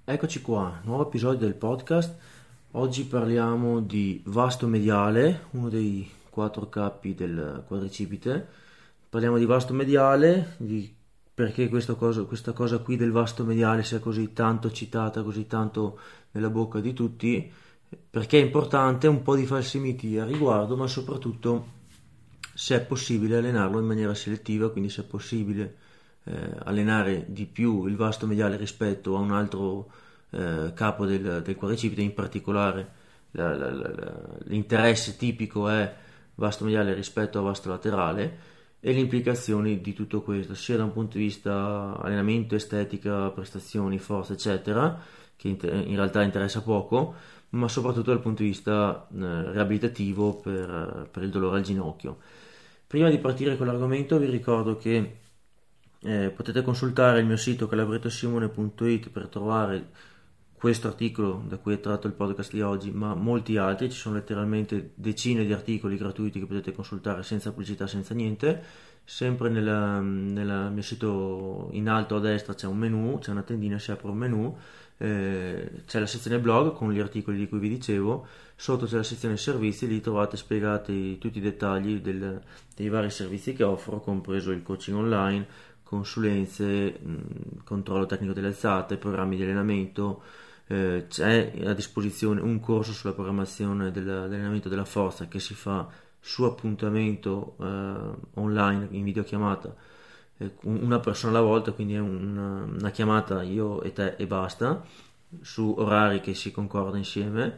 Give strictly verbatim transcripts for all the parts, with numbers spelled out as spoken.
Eccoci qua, nuovo episodio del podcast. Oggi parliamo di vasto mediale, uno dei quattro capi del quadricipite. Parliamo di vasto mediale, di perché questa cosa, questa cosa qui del vasto mediale sia così tanto citata, così tanto nella bocca di tutti, perché è importante, un po' di falsi miti a riguardo, ma soprattutto se è possibile allenarlo in maniera selettiva, quindi se è possibile eh, allenare di più il vasto mediale rispetto a un altro eh, capo del, del quadricipite, in particolare la, la, la, la, l'interesse tipico è vasto mediale rispetto a vasto laterale, e le implicazioni di tutto questo, sia da un punto di vista allenamento, estetica, prestazioni, forza, eccetera, che in realtà interessa poco, ma soprattutto dal punto di vista eh, riabilitativo per, per il dolore al ginocchio. Prima di partire con l'argomento vi ricordo che eh, potete consultare il mio sito calabrettosimone punto it per trovare questo articolo da cui è tratto il podcast di oggi, ma molti altri. Ci sono letteralmente decine di articoli gratuiti che potete consultare senza pubblicità, senza niente. Sempre nel mio sito in alto a destra c'è un menu, c'è una tendina, si apre un menu, eh, c'è la sezione blog con gli articoli di cui vi dicevo, sotto c'è la sezione servizi, lì trovate spiegati tutti i dettagli del, dei vari servizi che offro, compreso il coaching online, consulenze, mh, controllo tecnico delle alzate, programmi di allenamento. Eh, c'è a disposizione un corso sulla programmazione dell'allenamento della forza che si fa su appuntamento eh, online in videochiamata, eh, una persona alla volta, quindi è una, una chiamata io e te e basta, su orari che si concorda insieme,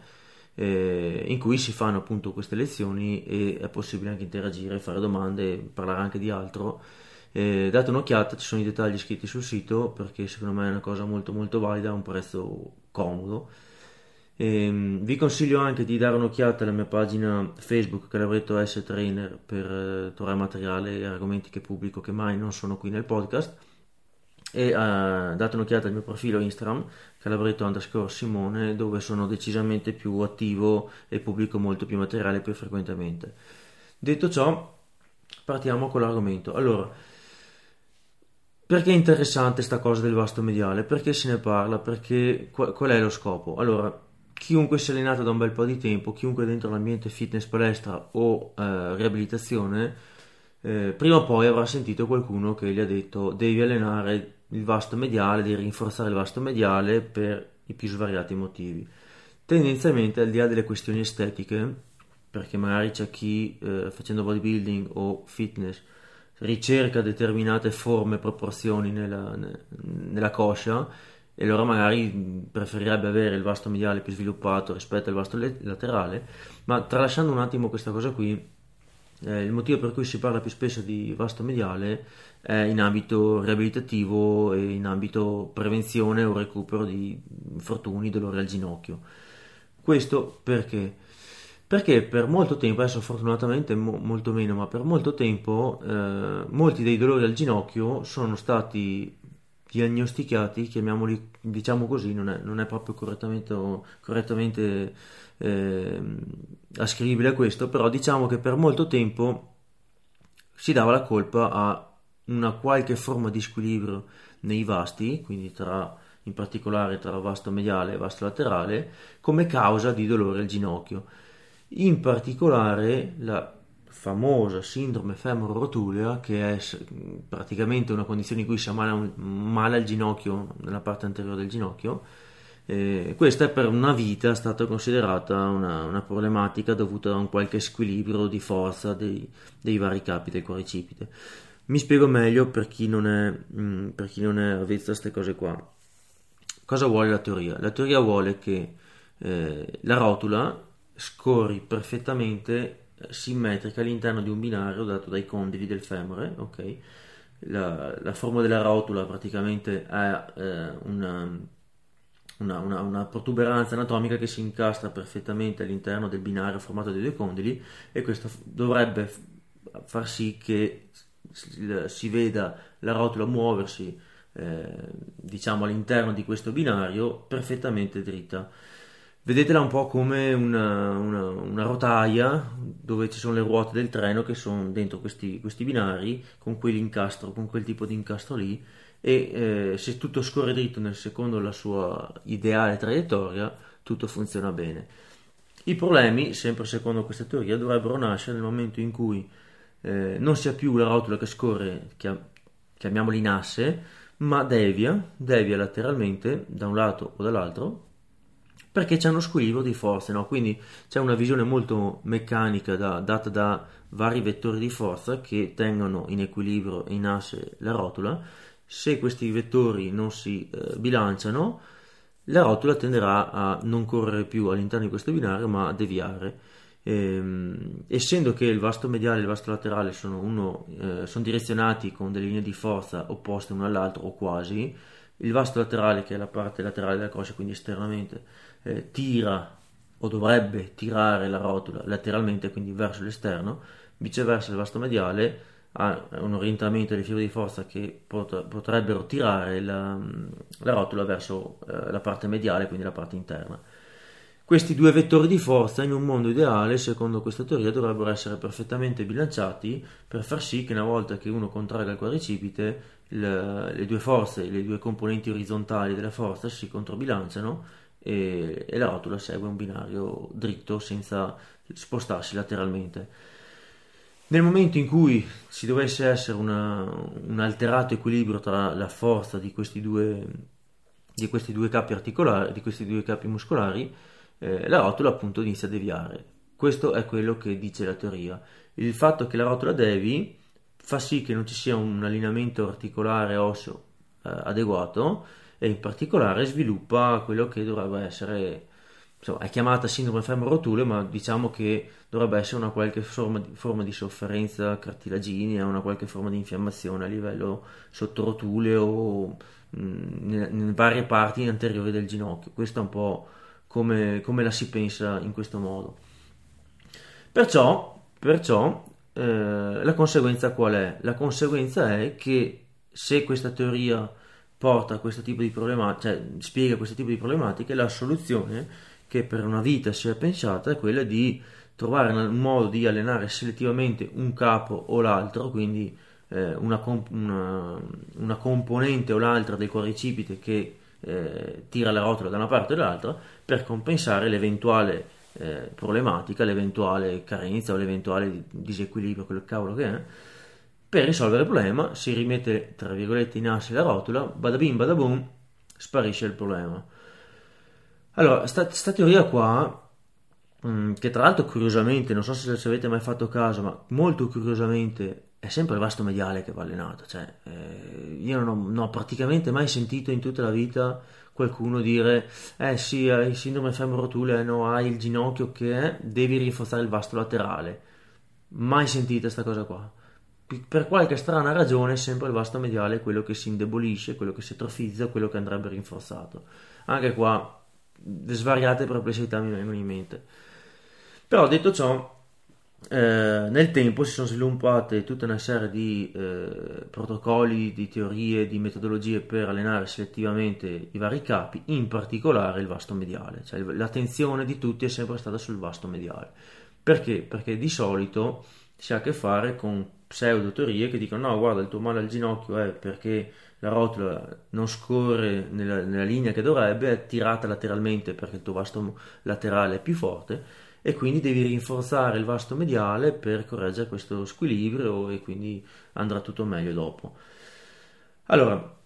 eh, in cui si fanno appunto queste lezioni e è possibile anche interagire, fare domande, parlare anche di altro. Eh, date un'occhiata, ci sono i dettagli scritti sul sito, perché secondo me è una cosa molto molto valida a un prezzo comodo. E, vi consiglio anche di dare un'occhiata alla mia pagina Facebook Calabretto S Trainer per eh, trovare materiale e argomenti che pubblico che mai non sono qui nel podcast, e eh, date un'occhiata al mio profilo Instagram Calabretto underscore Simone, dove sono decisamente più attivo e pubblico molto più materiale più frequentemente. Detto ciò, partiamo con l'argomento. Allora, perché è interessante sta cosa del vasto mediale? Perché se ne parla? Perché qual, qual è lo scopo? Allora, chiunque si è allenato da un bel po' di tempo, chiunque è dentro l'ambiente fitness, palestra o eh, riabilitazione, eh, prima o poi avrà sentito qualcuno che gli ha detto devi allenare il vasto mediale, devi rinforzare il vasto mediale per i più svariati motivi. Tendenzialmente, al di là delle questioni estetiche, perché magari c'è chi eh, facendo bodybuilding o fitness ricerca determinate forme e proporzioni nella, nella coscia, e allora magari preferirebbe avere il vasto mediale più sviluppato rispetto al vasto laterale. Ma tralasciando un attimo questa cosa qui, eh, il motivo per cui si parla più spesso di vasto mediale è in ambito riabilitativo e in ambito prevenzione o recupero di infortuni, dolore al ginocchio. Questo perché? Perché per molto tempo, adesso fortunatamente mo- molto meno, ma per molto tempo eh, molti dei dolori al ginocchio sono stati diagnosticati, chiamiamoli, diciamo così, non è, non è proprio correttamente, correttamente eh, ascrivibile a questo, però diciamo che per molto tempo si dava la colpa a una qualche forma di squilibrio nei vasti, quindi tra, in particolare tra vasto mediale e vasto laterale, come causa di dolore al ginocchio. In particolare la famosa sindrome femoro-rotulea, che è praticamente una condizione in cui si ha male, male al ginocchio, nella parte anteriore del ginocchio. Eh, questa è per una vita stata considerata una, una problematica dovuta a un qualche squilibrio di forza dei, dei vari capi del quadricipite. Mi spiego meglio per chi non è, mh, per chi non è avvezzo a queste cose qua. Cosa vuole la teoria? La teoria vuole che eh, la rotula scorri perfettamente simmetrica all'interno di un binario dato dai condili del femore, ok? La, la forma della rotula praticamente è eh, una, una, una, una protuberanza anatomica che si incastra perfettamente all'interno del binario formato dai due condili, e questo dovrebbe far sì che si veda la rotula muoversi eh, diciamo all'interno di questo binario perfettamente dritta. Vedetela un po' come una, una, una rotaia dove ci sono le ruote del treno che sono dentro questi, questi binari con quell'incastro, con quel tipo di incastro lì, e eh, se tutto scorre dritto nel secondo la sua ideale traiettoria, tutto funziona bene. I problemi, sempre secondo questa teoria, dovrebbero nascere nel momento in cui eh, non sia più la rotola che scorre, chiamiamola in asse, ma devia, devia lateralmente da un lato o dall'altro, perché c'è uno squilibrio di forze, no? Quindi c'è una visione molto meccanica da, data da vari vettori di forza che tengono in equilibrio e in asse la rotola. Se questi vettori non si eh, bilanciano, la rotola tenderà a non correre più all'interno di questo binario, ma a deviare. Ehm, essendo che il vasto mediale e il vasto laterale sono, uno, eh, sono direzionati con delle linee di forza opposte l'una all'altro o quasi, il vasto laterale, che è la parte laterale della coscia, quindi esternamente, eh, tira o dovrebbe tirare la rotola lateralmente, quindi verso l'esterno. Viceversa il vasto mediale ha un orientamento delle fibre di forza che pot- potrebbero tirare la, la rotola verso eh, la parte mediale, quindi la parte interna. Questi due vettori di forza in un mondo ideale, secondo questa teoria, dovrebbero essere perfettamente bilanciati per far sì che una volta che uno contragga il quadricipite, le, le due forze, le due componenti orizzontali della forza si controbilanciano e, e la rotola segue un binario dritto senza spostarsi lateralmente. Nel momento in cui ci dovesse essere una, un alterato equilibrio tra la forza di questi due, di questi due capi articolari, di questi due capi muscolari, eh, la rotola appunto inizia a deviare. Questo è quello che dice la teoria. Il fatto che la rotola devi fa sì che non ci sia un allineamento articolare osseo eh, adeguato, e in particolare sviluppa quello che dovrebbe essere, insomma, è chiamata sindrome femoro-rotule, ma diciamo che dovrebbe essere una qualche forma di, forma di sofferenza cartilaginea, una qualche forma di infiammazione a livello sottorotule o mh, in varie parti anteriori del ginocchio. Questo è un po' come, come la si pensa in questo modo. Perciò, perciò eh, la conseguenza qual è? La conseguenza è che se questa teoria porta a questo tipo di problematiche, cioè spiega questo tipo di problematiche, la soluzione che per una vita si è pensata è quella di trovare un modo di allenare selettivamente un capo o l'altro, quindi eh, una, comp- una, una componente o l'altra del quadricipite che eh, tira la rotola da una parte o dall'altra, per compensare l'eventuale eh, problematica, l'eventuale carenza o l'eventuale disequilibrio, quel cavolo che è. Per risolvere il problema si rimette tra virgolette in asse la rotola, bada bim bada boom, sparisce il problema. Allora, sta, sta teoria qua, mh, che tra l'altro curiosamente, non so se ci avete mai fatto caso, ma molto curiosamente è sempre il vasto mediale che va allenato. Cioè, eh, io non ho, non ho praticamente mai sentito in tutta la vita qualcuno dire eh sì, hai sindrome femoro-rotule, no, hai il ginocchio che è, devi rinforzare il vasto laterale. Mai sentita questa cosa qua. Per qualche strana ragione sempre il vasto mediale è quello che si indebolisce, quello che si atrofizza, quello che andrebbe rinforzato. Anche qua svariate perplessità mi vengono in mente. Però detto ciò, eh, nel tempo si sono sviluppate tutta una serie di eh, protocolli, di teorie, di metodologie per allenare selettivamente i vari capi, in particolare il vasto mediale. Cioè l'attenzione di tutti è sempre stata sul vasto mediale. Perché? Perché di solito si ha a che fare con pseudo teorie che dicono no, guarda, il tuo male al ginocchio è perché la rotola non scorre nella, nella linea che dovrebbe, è tirata lateralmente perché il tuo vasto laterale è più forte e quindi devi rinforzare il vasto mediale per correggere questo squilibrio e quindi andrà tutto meglio dopo. Allora,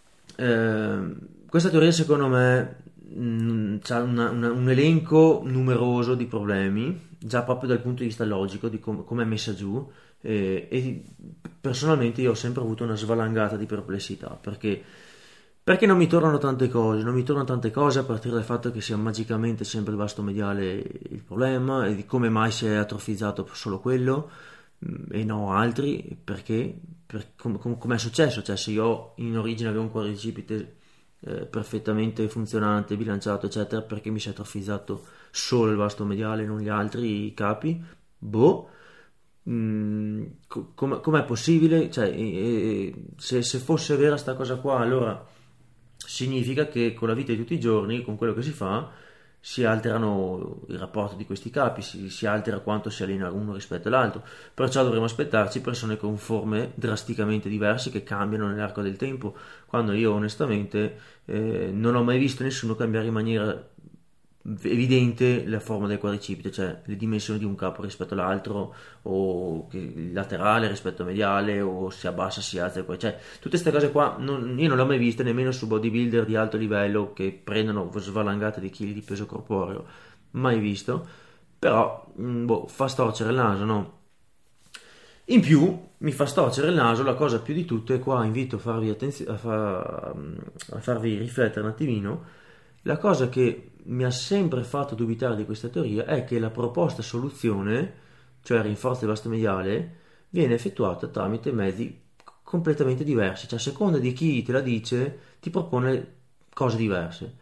eh, questa teoria secondo me c'ha una, una, un elenco numeroso di problemi, già proprio dal punto di vista logico di com- come è messa giù, eh, e personalmente io ho sempre avuto una svalangata di perplessità, perché perché non mi tornano tante cose, non mi tornano tante cose a partire dal fatto che sia magicamente sempre il vasto mediale il problema e di come mai si è atrofizzato solo quello e no altri, perché, per, com, com, come è successo, cioè se io in origine avevo un quadricipite Eh, perfettamente funzionante, bilanciato eccetera, perché mi si è atrofizzato solo il vasto mediale, non gli altri capi? Boh, mm, com- com'è possibile? Cioè, eh, se, se fosse vera sta cosa qua, allora significa che con la vita di tutti i giorni, con quello che si fa, si alterano i rapporti di questi capi, si, si altera quanto si allena uno rispetto all'altro, perciò dovremo aspettarci persone con forme drasticamente diverse che cambiano nell'arco del tempo, quando io onestamente eh, non ho mai visto nessuno cambiare in maniera evidente la forma del quadricipite, cioè le dimensioni di un capo rispetto all'altro, o che il laterale rispetto al mediale, o si abbassa, si alza, cioè tutte queste cose qua non, io non le ho mai viste nemmeno su bodybuilder di alto livello che prendono svalangate di chili di peso corporeo, mai visto. Però mh, boh, fa storcere il naso, no? In più mi fa storcere il naso la cosa più di tutto, e qua invito a farvi, attenzio- a, fa- a farvi riflettere un attimino. La cosa che mi ha sempre fatto dubitare di questa teoria è che la proposta soluzione, cioè il rinforzo del vasto mediale, viene effettuata tramite mezzi completamente diversi, cioè a seconda di chi te la dice ti propone cose diverse.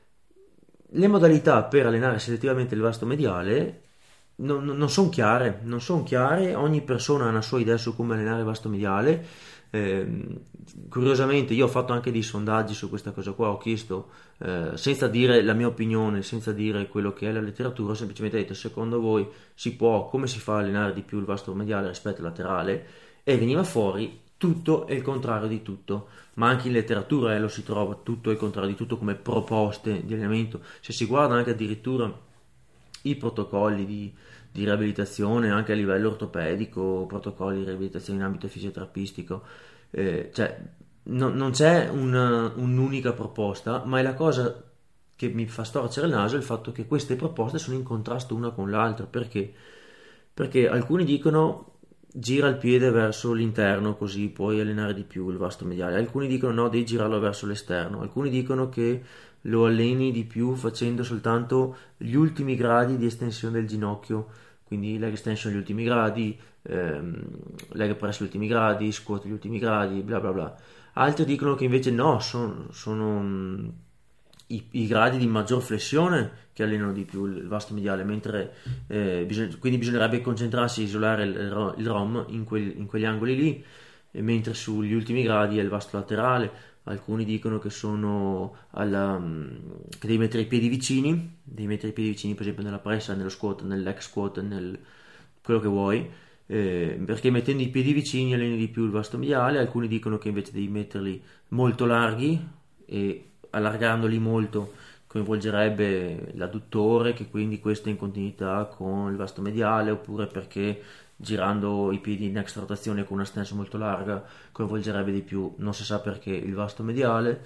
Le modalità per allenare selettivamente il vasto mediale non, non- non sono chiare, non sono chiare, ogni persona ha una sua idea su come allenare il vasto mediale. Ehm, Curiosamente io ho fatto anche dei sondaggi su questa cosa qua, ho chiesto eh, senza dire la mia opinione, senza dire quello che è la letteratura, ho semplicemente detto secondo voi si può, come si fa a allenare di più il vasto mediale rispetto al laterale, e veniva fuori tutto e il contrario di tutto, ma anche in letteratura eh, lo si trova tutto e il contrario di tutto come proposte di allenamento. Se si guarda anche addirittura i protocolli di, di riabilitazione anche a livello ortopedico, protocolli di riabilitazione in ambito fisioterapistico, eh, cioè no- non c'è una- un'unica proposta, ma è la cosa che mi fa storcere il naso è il fatto che queste proposte sono in contrasto una con l'altra. Perché? Perché alcuni dicono gira il piede verso l'interno così puoi allenare di più il vasto mediale, alcuni dicono no, devi girarlo verso l'esterno, alcuni dicono che lo alleni di più facendo soltanto gli ultimi gradi di estensione del ginocchio, quindi leg extension gli ultimi gradi, ehm, leg press gli ultimi gradi, squat gli ultimi gradi, bla bla bla. Altri dicono che invece no, son- sono mm, i, i gradi di maggior flessione che allenano di più il vasto mediale, mentre eh, bisog- quindi bisognerebbe concentrarsi e isolare il, ro- il ROM in, quel- in quegli angoli lì, e mentre sugli ultimi gradi è il vasto laterale. Alcuni dicono che sono alla, mm, che devi mettere i piedi vicini, devi mettere i piedi vicini per esempio nella pressa, nello squat, nel leg squat, nel quello che vuoi, eh, perché mettendo i piedi vicini alleni di più il vasto mediale. Alcuni dicono che invece devi metterli molto larghi, e allargandoli molto coinvolgerebbe l'adduttore, che quindi questo è in continuità con il vasto mediale, oppure perché girando i piedi in extra rotazione con una stance molto larga coinvolgerebbe di più, non si sa perché, il vasto mediale.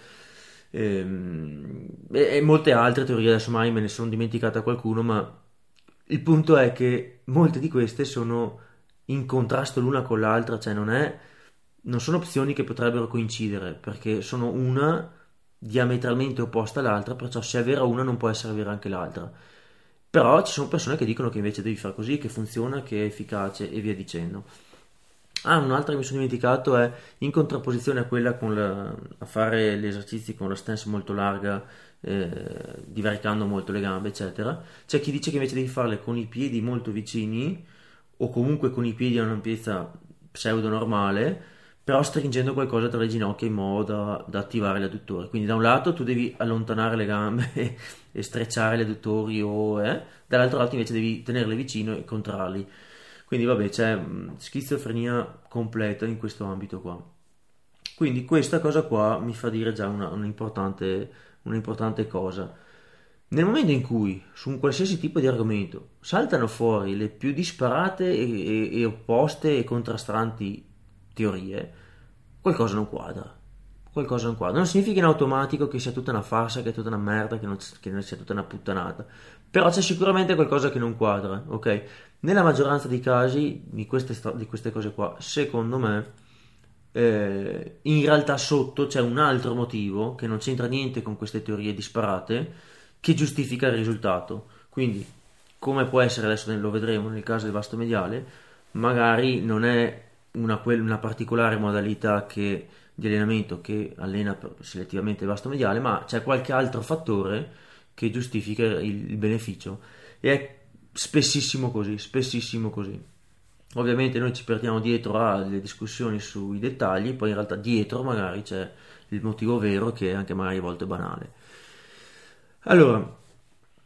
Ehm, e, e molte altre teorie, adesso mai me ne sono dimenticata qualcuno, ma il punto è che molte di queste sono in contrasto l'una con l'altra, cioè non è, non sono opzioni che potrebbero coincidere, perché sono una diametralmente opposta all'altra, perciò se è vera una non può essere vera anche l'altra. Però ci sono persone che dicono che invece devi fare così, che funziona, che è efficace e via dicendo. Ah, un'altra che mi sono dimenticato è in contrapposizione a quella con la, a fare gli esercizi con la stance molto larga, eh, divaricando molto le gambe, eccetera. C'è chi dice che invece devi farle con i piedi molto vicini, o comunque con i piedi a un'ampiezza pseudo normale, però stringendo qualcosa tra le ginocchia in modo da, da attivare gli adduttori. Quindi da un lato tu devi allontanare le gambe e, e strecciare gli adduttori, o, eh, dall'altro lato invece devi tenerle vicino e contrarli. Quindi vabbè, c'è mh, schizofrenia completa in questo ambito qua. Quindi questa cosa qua mi fa dire già una, un'importante, un'importante cosa. Nel momento in cui su un qualsiasi tipo di argomento saltano fuori le più disparate e, e- e opposte e contrastanti teorie, qualcosa non quadra. Qualcosa non quadra. Non significa in automatico che sia tutta una farsa, che è tutta una merda, che non, che non sia tutta una puttanata. Però c'è sicuramente qualcosa che non quadra, ok? Nella maggioranza dei casi di queste, sta- di queste cose qua, secondo me, eh, in realtà sotto c'è un altro motivo che non c'entra niente con queste teorie disparate, che giustifica il risultato. Quindi, come può essere, adesso lo vedremo nel caso del vasto mediale, magari non è una, quel- una particolare modalità che- di allenamento che allena per- selettivamente il vasto mediale, ma c'è qualche altro fattore che giustifica il, il beneficio. E è spessissimo così, spessissimo così. Ovviamente noi ci perdiamo dietro alle discussioni sui dettagli, poi in realtà dietro magari c'è il motivo vero, che è anche magari a volte banale. Allora,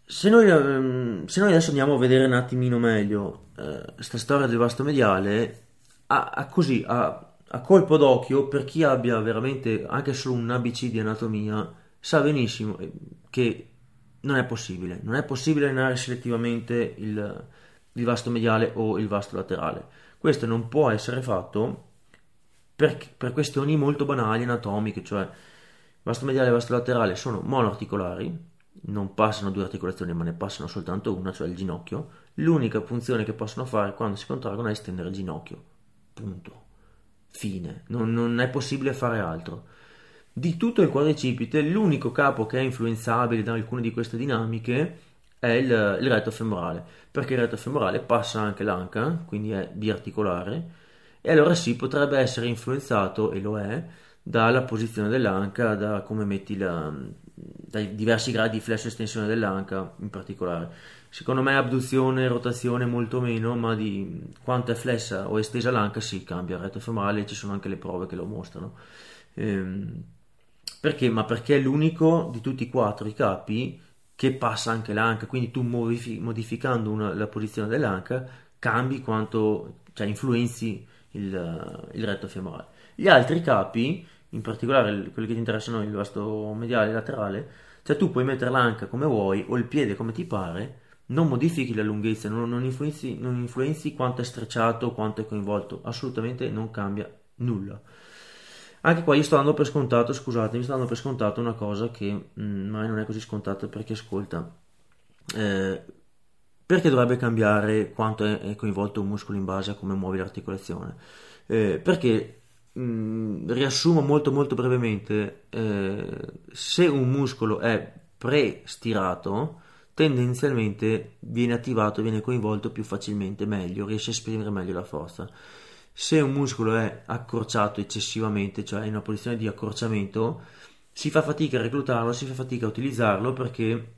se noi, ehm, se noi adesso andiamo a vedere un attimino meglio questa storia del vasto mediale, a, a così, a, a colpo d'occhio, per chi abbia veramente anche solo un A B C di anatomia, sa benissimo che non è possibile, non è possibile allenare selettivamente il, il vasto mediale o il vasto laterale. Questo non può essere fatto per, per questioni molto banali anatomiche, cioè vasto mediale e vasto laterale sono monoarticolari, non passano due articolazioni ma ne passano soltanto una, cioè il ginocchio. L'unica funzione che possono fare quando si contraggono è estendere il ginocchio, punto, fine, non, non è possibile fare altro. Di tutto il quadricipite l'unico capo che è influenzabile da alcune di queste dinamiche è il, il retto femorale, perché il retto femorale passa anche l'anca, quindi è biarticolare, e allora sì, potrebbe essere influenzato, e lo è, dalla posizione dell'anca, da come metti la, dai diversi gradi di flesso estensione dell'anca in particolare. Secondo me abduzione, rotazione molto meno, ma di quanto è flessa o estesa l'anca sì, cambia il retto femorale, ci sono anche le prove che lo mostrano. Ehm, perché? Ma perché è l'unico di tutti e quattro i capi che passa anche l'anca, quindi tu modifi- modificando una, la posizione dell'anca cambi quanto, cioè influenzi il, il retto femorale. Gli altri capi, in particolare quelli che ti interessano, il vasto mediale e laterale, cioè tu puoi mettere l'anca come vuoi o il piede come ti pare, non modifichi la lunghezza, non, non, influenzi, non influenzi quanto è strecciato, quanto è coinvolto, assolutamente non cambia nulla. Anche qua io sto dando per scontato, scusatemi, sto dando per scontato una cosa che mh, mai non è così scontata per chi ascolta. Eh, perché dovrebbe cambiare quanto è, è coinvolto un muscolo in base a come muovi l'articolazione? Eh, perché, mh, riassumo molto molto brevemente, eh, se un muscolo è pre-stirato, tendenzialmente viene attivato, viene coinvolto più facilmente, meglio, riesce a esprimere meglio la forza. Se un muscolo è accorciato eccessivamente, cioè in una posizione di accorciamento, si fa fatica a reclutarlo, si fa fatica a utilizzarlo perché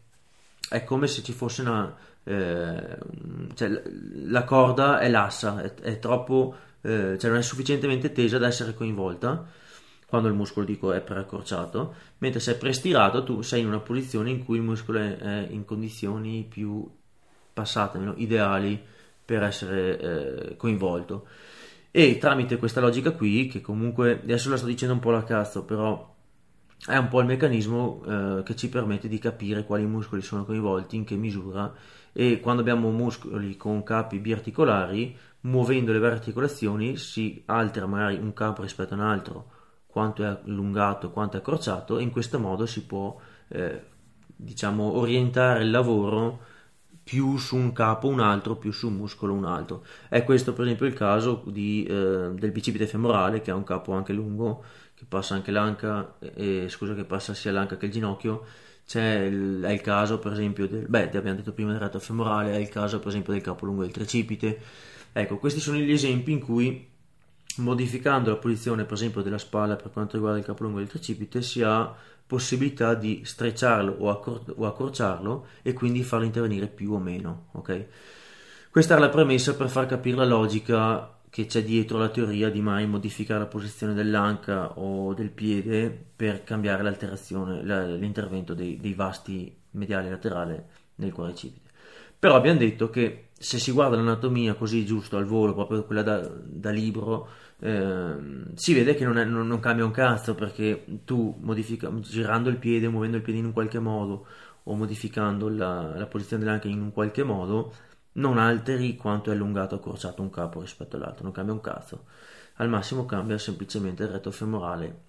è come se ci fosse una... Eh, cioè la corda è lassa, è, è troppo... Eh, cioè non è sufficientemente tesa da essere coinvolta quando il muscolo, dico, è preaccorciato, mentre se è prestirato tu sei in una posizione in cui il muscolo è, è in condizioni più passate, meno ideali per essere eh, coinvolto. E tramite questa logica qui, che comunque adesso la sto dicendo un po' alla cazzo, però è un po' il meccanismo eh, che ci permette di capire quali muscoli sono coinvolti, in che misura, e quando abbiamo muscoli con capi biarticolari, muovendo le varie articolazioni si altera magari un capo rispetto a un altro, quanto è allungato, quanto è accorciato, e in questo modo si può eh, diciamo orientare il lavoro più su un capo un altro, più su un muscolo un altro. È questo per esempio il caso di, eh, del bicipite femorale, che ha un capo anche lungo, che passa anche l'anca, e, scusa, che passa sia l'anca che il ginocchio. C'è il, è il caso per esempio del, beh, abbiamo detto prima del retto femorale, è il caso per esempio del capo lungo del tricipite. Ecco, questi sono gli esempi in cui, modificando la posizione per esempio della spalla per quanto riguarda il capo lungo del tricipite, si ha possibilità di strecciarlo o, accor- o accorciarlo e quindi farlo intervenire più o meno, ok? Questa era la premessa per far capire la logica che c'è dietro la teoria di mai modificare la posizione dell'anca o del piede per cambiare l'alterazione, la, l'intervento dei, dei vasti mediali e laterali nel quadricipite. Però abbiamo detto che se si guarda l'anatomia così giusto al volo, proprio quella da, da libro, eh, si vede che non, è, non, non cambia un cazzo, perché tu modifica, girando il piede, muovendo il piede in un qualche modo o modificando la, la posizione dell'anca in un qualche modo, non alteri quanto è allungato o accorciato un capo rispetto all'altro, non cambia un cazzo. Al massimo cambia semplicemente il retto femorale.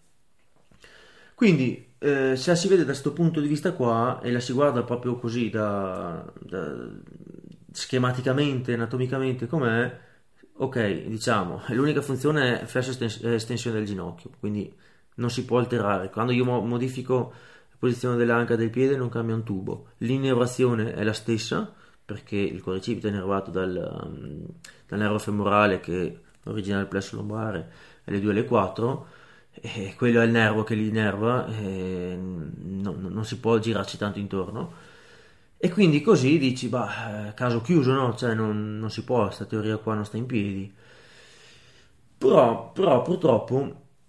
Quindi eh, se la si vede da questo punto di vista qua e la si guarda proprio così da, da schematicamente, anatomicamente com'è, ok, diciamo, l'unica funzione è flesso estensione del ginocchio, quindi non si può alterare. Quando io modifico la posizione dell'anca del piede non cambia un tubo. L'innervazione è la stessa, perché il quadricipite è innervato dal, dal nervo femorale che origina il plesso lombare alle due e alle quattro, e quello è il nervo che li innerva, e non, non si può girarci tanto intorno, e quindi così dici, bah, caso chiuso, no? Cioè non, non si può, questa teoria qua non sta in piedi. Però, però purtroppo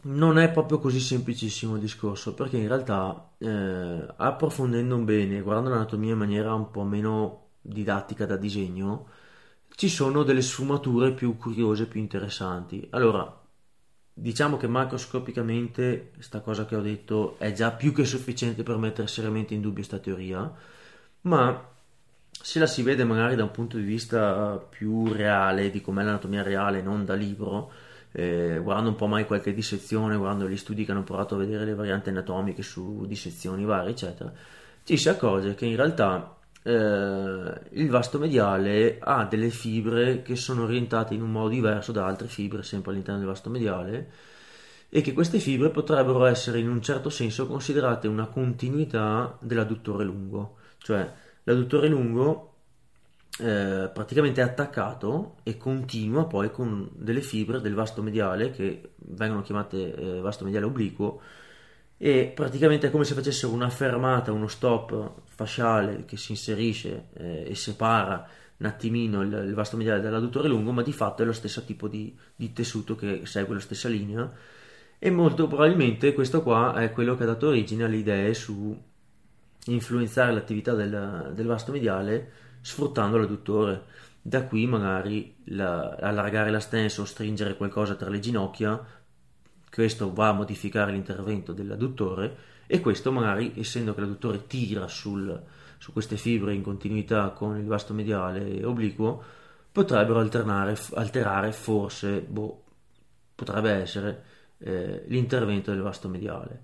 non è proprio così semplicissimo il discorso, perché in realtà eh, approfondendo bene, guardando l'anatomia in maniera un po' meno didattica da disegno, ci sono delle sfumature più curiose, più interessanti. Allora, diciamo che macroscopicamente sta cosa che ho detto è già più che sufficiente per mettere seriamente in dubbio questa teoria, ma se la si vede magari da un punto di vista più reale, di com'è l'anatomia reale, non da libro, eh, guardando un po' mai qualche dissezione, guardando gli studi che hanno provato a vedere le varianti anatomiche su dissezioni varie, eccetera, ci si accorge che in realtà eh, il vasto mediale ha delle fibre che sono orientate in un modo diverso da altre fibre sempre all'interno del vasto mediale, e che queste fibre potrebbero essere in un certo senso considerate una continuità dell'adduttore lungo, cioè l'adduttore lungo eh, praticamente è attaccato e continua poi con delle fibre del vasto mediale che vengono chiamate eh, vasto mediale obliquo, e praticamente è come se facessero una fermata, uno stop fasciale che si inserisce eh, e separa un attimino il, il vasto mediale dall'adduttore lungo, ma di fatto è lo stesso tipo di, di tessuto che segue la stessa linea, e molto probabilmente questo qua è quello che ha dato origine alle idee su influenzare l'attività del, del vasto mediale sfruttando l'adduttore. Da qui magari la, allargare la stance o stringere qualcosa tra le ginocchia, questo va a modificare l'intervento dell'adduttore, e questo magari, essendo che l'adduttore tira sul, su queste fibre in continuità con il vasto mediale obliquo, potrebbero alternare, alterare forse, boh, potrebbe essere eh, l'intervento del vasto mediale.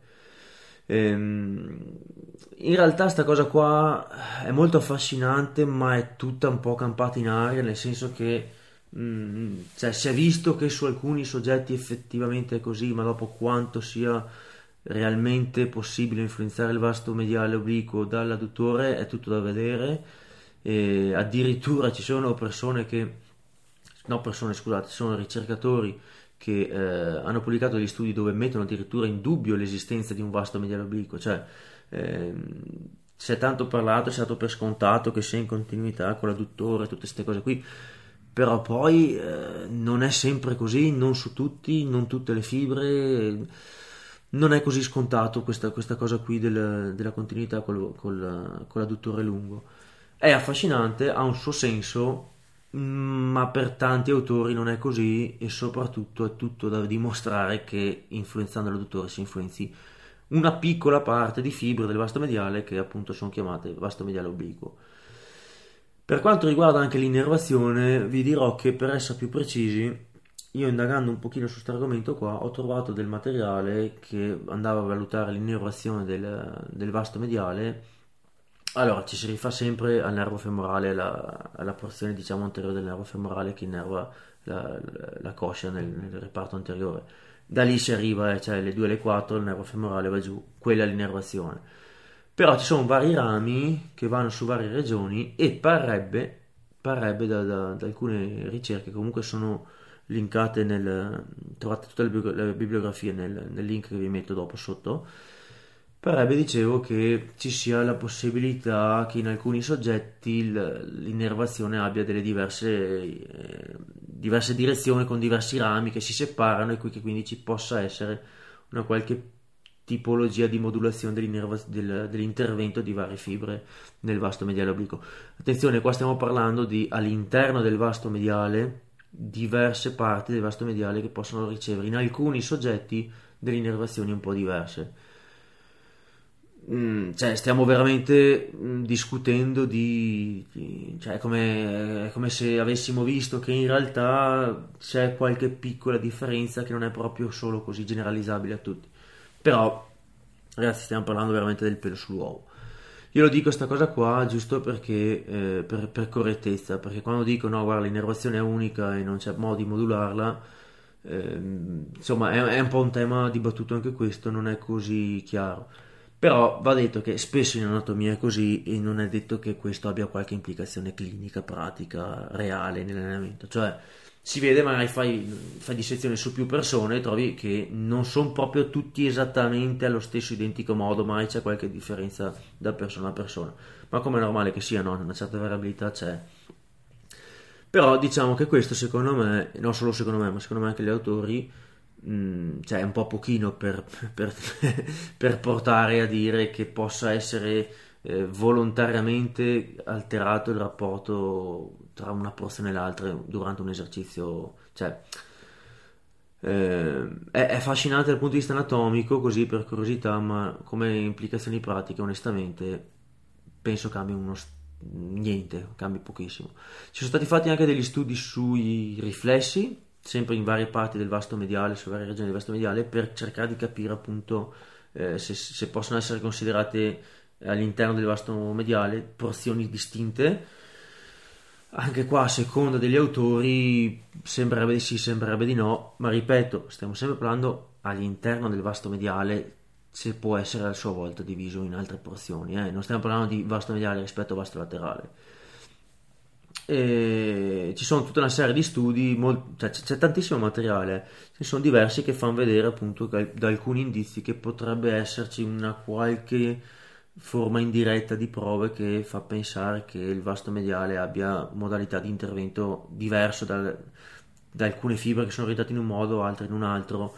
Ehm, in realtà sta cosa qua è molto affascinante, ma è tutta un po' campata in aria, nel senso che mh, cioè, si è visto che su alcuni soggetti effettivamente è così, ma dopo quanto sia realmente possibile influenzare il vasto mediale obliquo dall'adduttore è tutto da vedere. E addirittura ci sono persone che no persone scusate sono ricercatori che eh, hanno pubblicato degli studi dove mettono addirittura in dubbio l'esistenza di un vasto mediale obliquo, cioè ehm, si è tanto parlato, si è dato per scontato che sia in continuità con l'adduttore, tutte queste cose qui, però poi eh, non è sempre così, non su tutti, non tutte le fibre, non è così scontato questa, questa cosa qui del, della continuità col, col, con l'adduttore lungo. È affascinante, ha un suo senso, ma per tanti autori non è così, e soprattutto è tutto da dimostrare che influenzando l'adduttore si influenzi una piccola parte di fibre del vasto mediale che appunto sono chiamate vasto mediale obliquo. Per quanto riguarda anche l'innervazione, vi dirò che, per essere più precisi, io indagando un pochino su questo argomento qua ho trovato del materiale che andava a valutare l'innervazione del, del vasto mediale. Allora, ci si rifà sempre al nervo femorale, alla, alla porzione diciamo anteriore del nervo femorale che innerva la, la, la coscia nel, nel reparto anteriore. Da lì si arriva, eh, cioè le due e le quattro, il nervo femorale va giù, quella è l'innervazione. Però ci sono vari rami che vanno su varie regioni, e parrebbe, parrebbe da, da, da alcune ricerche, comunque sono linkate nel, trovate tutte le, le bibliografie nel, nel link che vi metto dopo sotto. Parrebbe, dicevo, che ci sia la possibilità che in alcuni soggetti l'innervazione abbia delle diverse, eh, diverse direzioni con diversi rami che si separano, e che quindi ci possa essere una qualche tipologia di modulazione del, dell'intervento di varie fibre nel vasto mediale obliquo. Attenzione, qua stiamo parlando di all'interno del vasto mediale diverse parti del vasto mediale che possono ricevere in alcuni soggetti delle innervazioni un po' diverse. Mm, cioè stiamo veramente mm, discutendo di, di cioè è come, è come se avessimo visto che in realtà c'è qualche piccola differenza che non è proprio solo così generalizzabile a tutti. Però ragazzi, stiamo parlando veramente del pelo sull'uovo. Io lo dico sta cosa qua giusto perché eh, per, per correttezza, perché quando dico no guarda l'innervazione è unica e non c'è modo di modularla, eh, insomma è, è un po' un tema dibattuto anche questo, non è così chiaro. Però va detto che spesso in anatomia è così, e non è detto che questo abbia qualche implicazione clinica, pratica, reale nell'allenamento. Cioè si vede, magari fai, fai dissezioni su più persone e trovi che non sono proprio tutti esattamente allo stesso identico modo, mai c'è qualche differenza da persona a persona. Ma come è normale che sia, no? Una certa variabilità c'è. Però diciamo che questo secondo me, non solo secondo me, ma secondo me anche gli autori, mh, cioè è un po' pochino per, per, per portare a dire che possa essere eh, volontariamente alterato il rapporto tra una porzione e l'altra durante un esercizio, cioè eh, è, è affascinante dal punto di vista anatomico, così per curiosità, ma come implicazioni pratiche, onestamente, penso cambi uno st- niente, cambi pochissimo. Ci sono stati fatti anche degli studi sui riflessi, sempre in varie parti del vasto mediale, su varie regioni del vasto mediale, per cercare di capire appunto eh, se, se possono essere considerate all'interno del vasto mediale porzioni distinte. Anche qua, a seconda degli autori, sembrerebbe di sì, sembrerebbe di no, ma ripeto, stiamo sempre parlando all'interno del vasto mediale, se può essere a sua volta diviso in altre porzioni, eh? Non stiamo parlando di vasto mediale rispetto a vasto laterale. E ci sono tutta una serie di studi, molt- cioè c'è, c'è tantissimo materiale, ce ne sono diversi che fanno vedere appunto che- da alcuni indizi che potrebbe esserci una qualche forma indiretta di prove che fa pensare che il vasto mediale abbia modalità di intervento diverso dal- da alcune fibre che sono orientate in un modo, altre in un altro.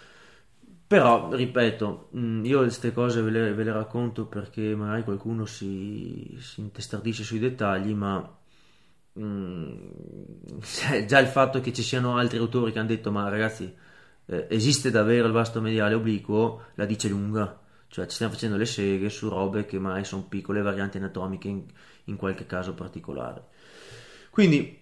Però, ripeto, mh, io queste cose ve le, ve le racconto perché magari qualcuno si, si intestardisce sui dettagli, ma mh, cioè, già il fatto che ci siano altri autori che hanno detto ma ragazzi, eh, esiste davvero il vasto mediale obliquo, la dice lunga. Cioè ci stiamo facendo le seghe su robe che magari sono piccole varianti anatomiche in, in qualche caso particolare. Quindi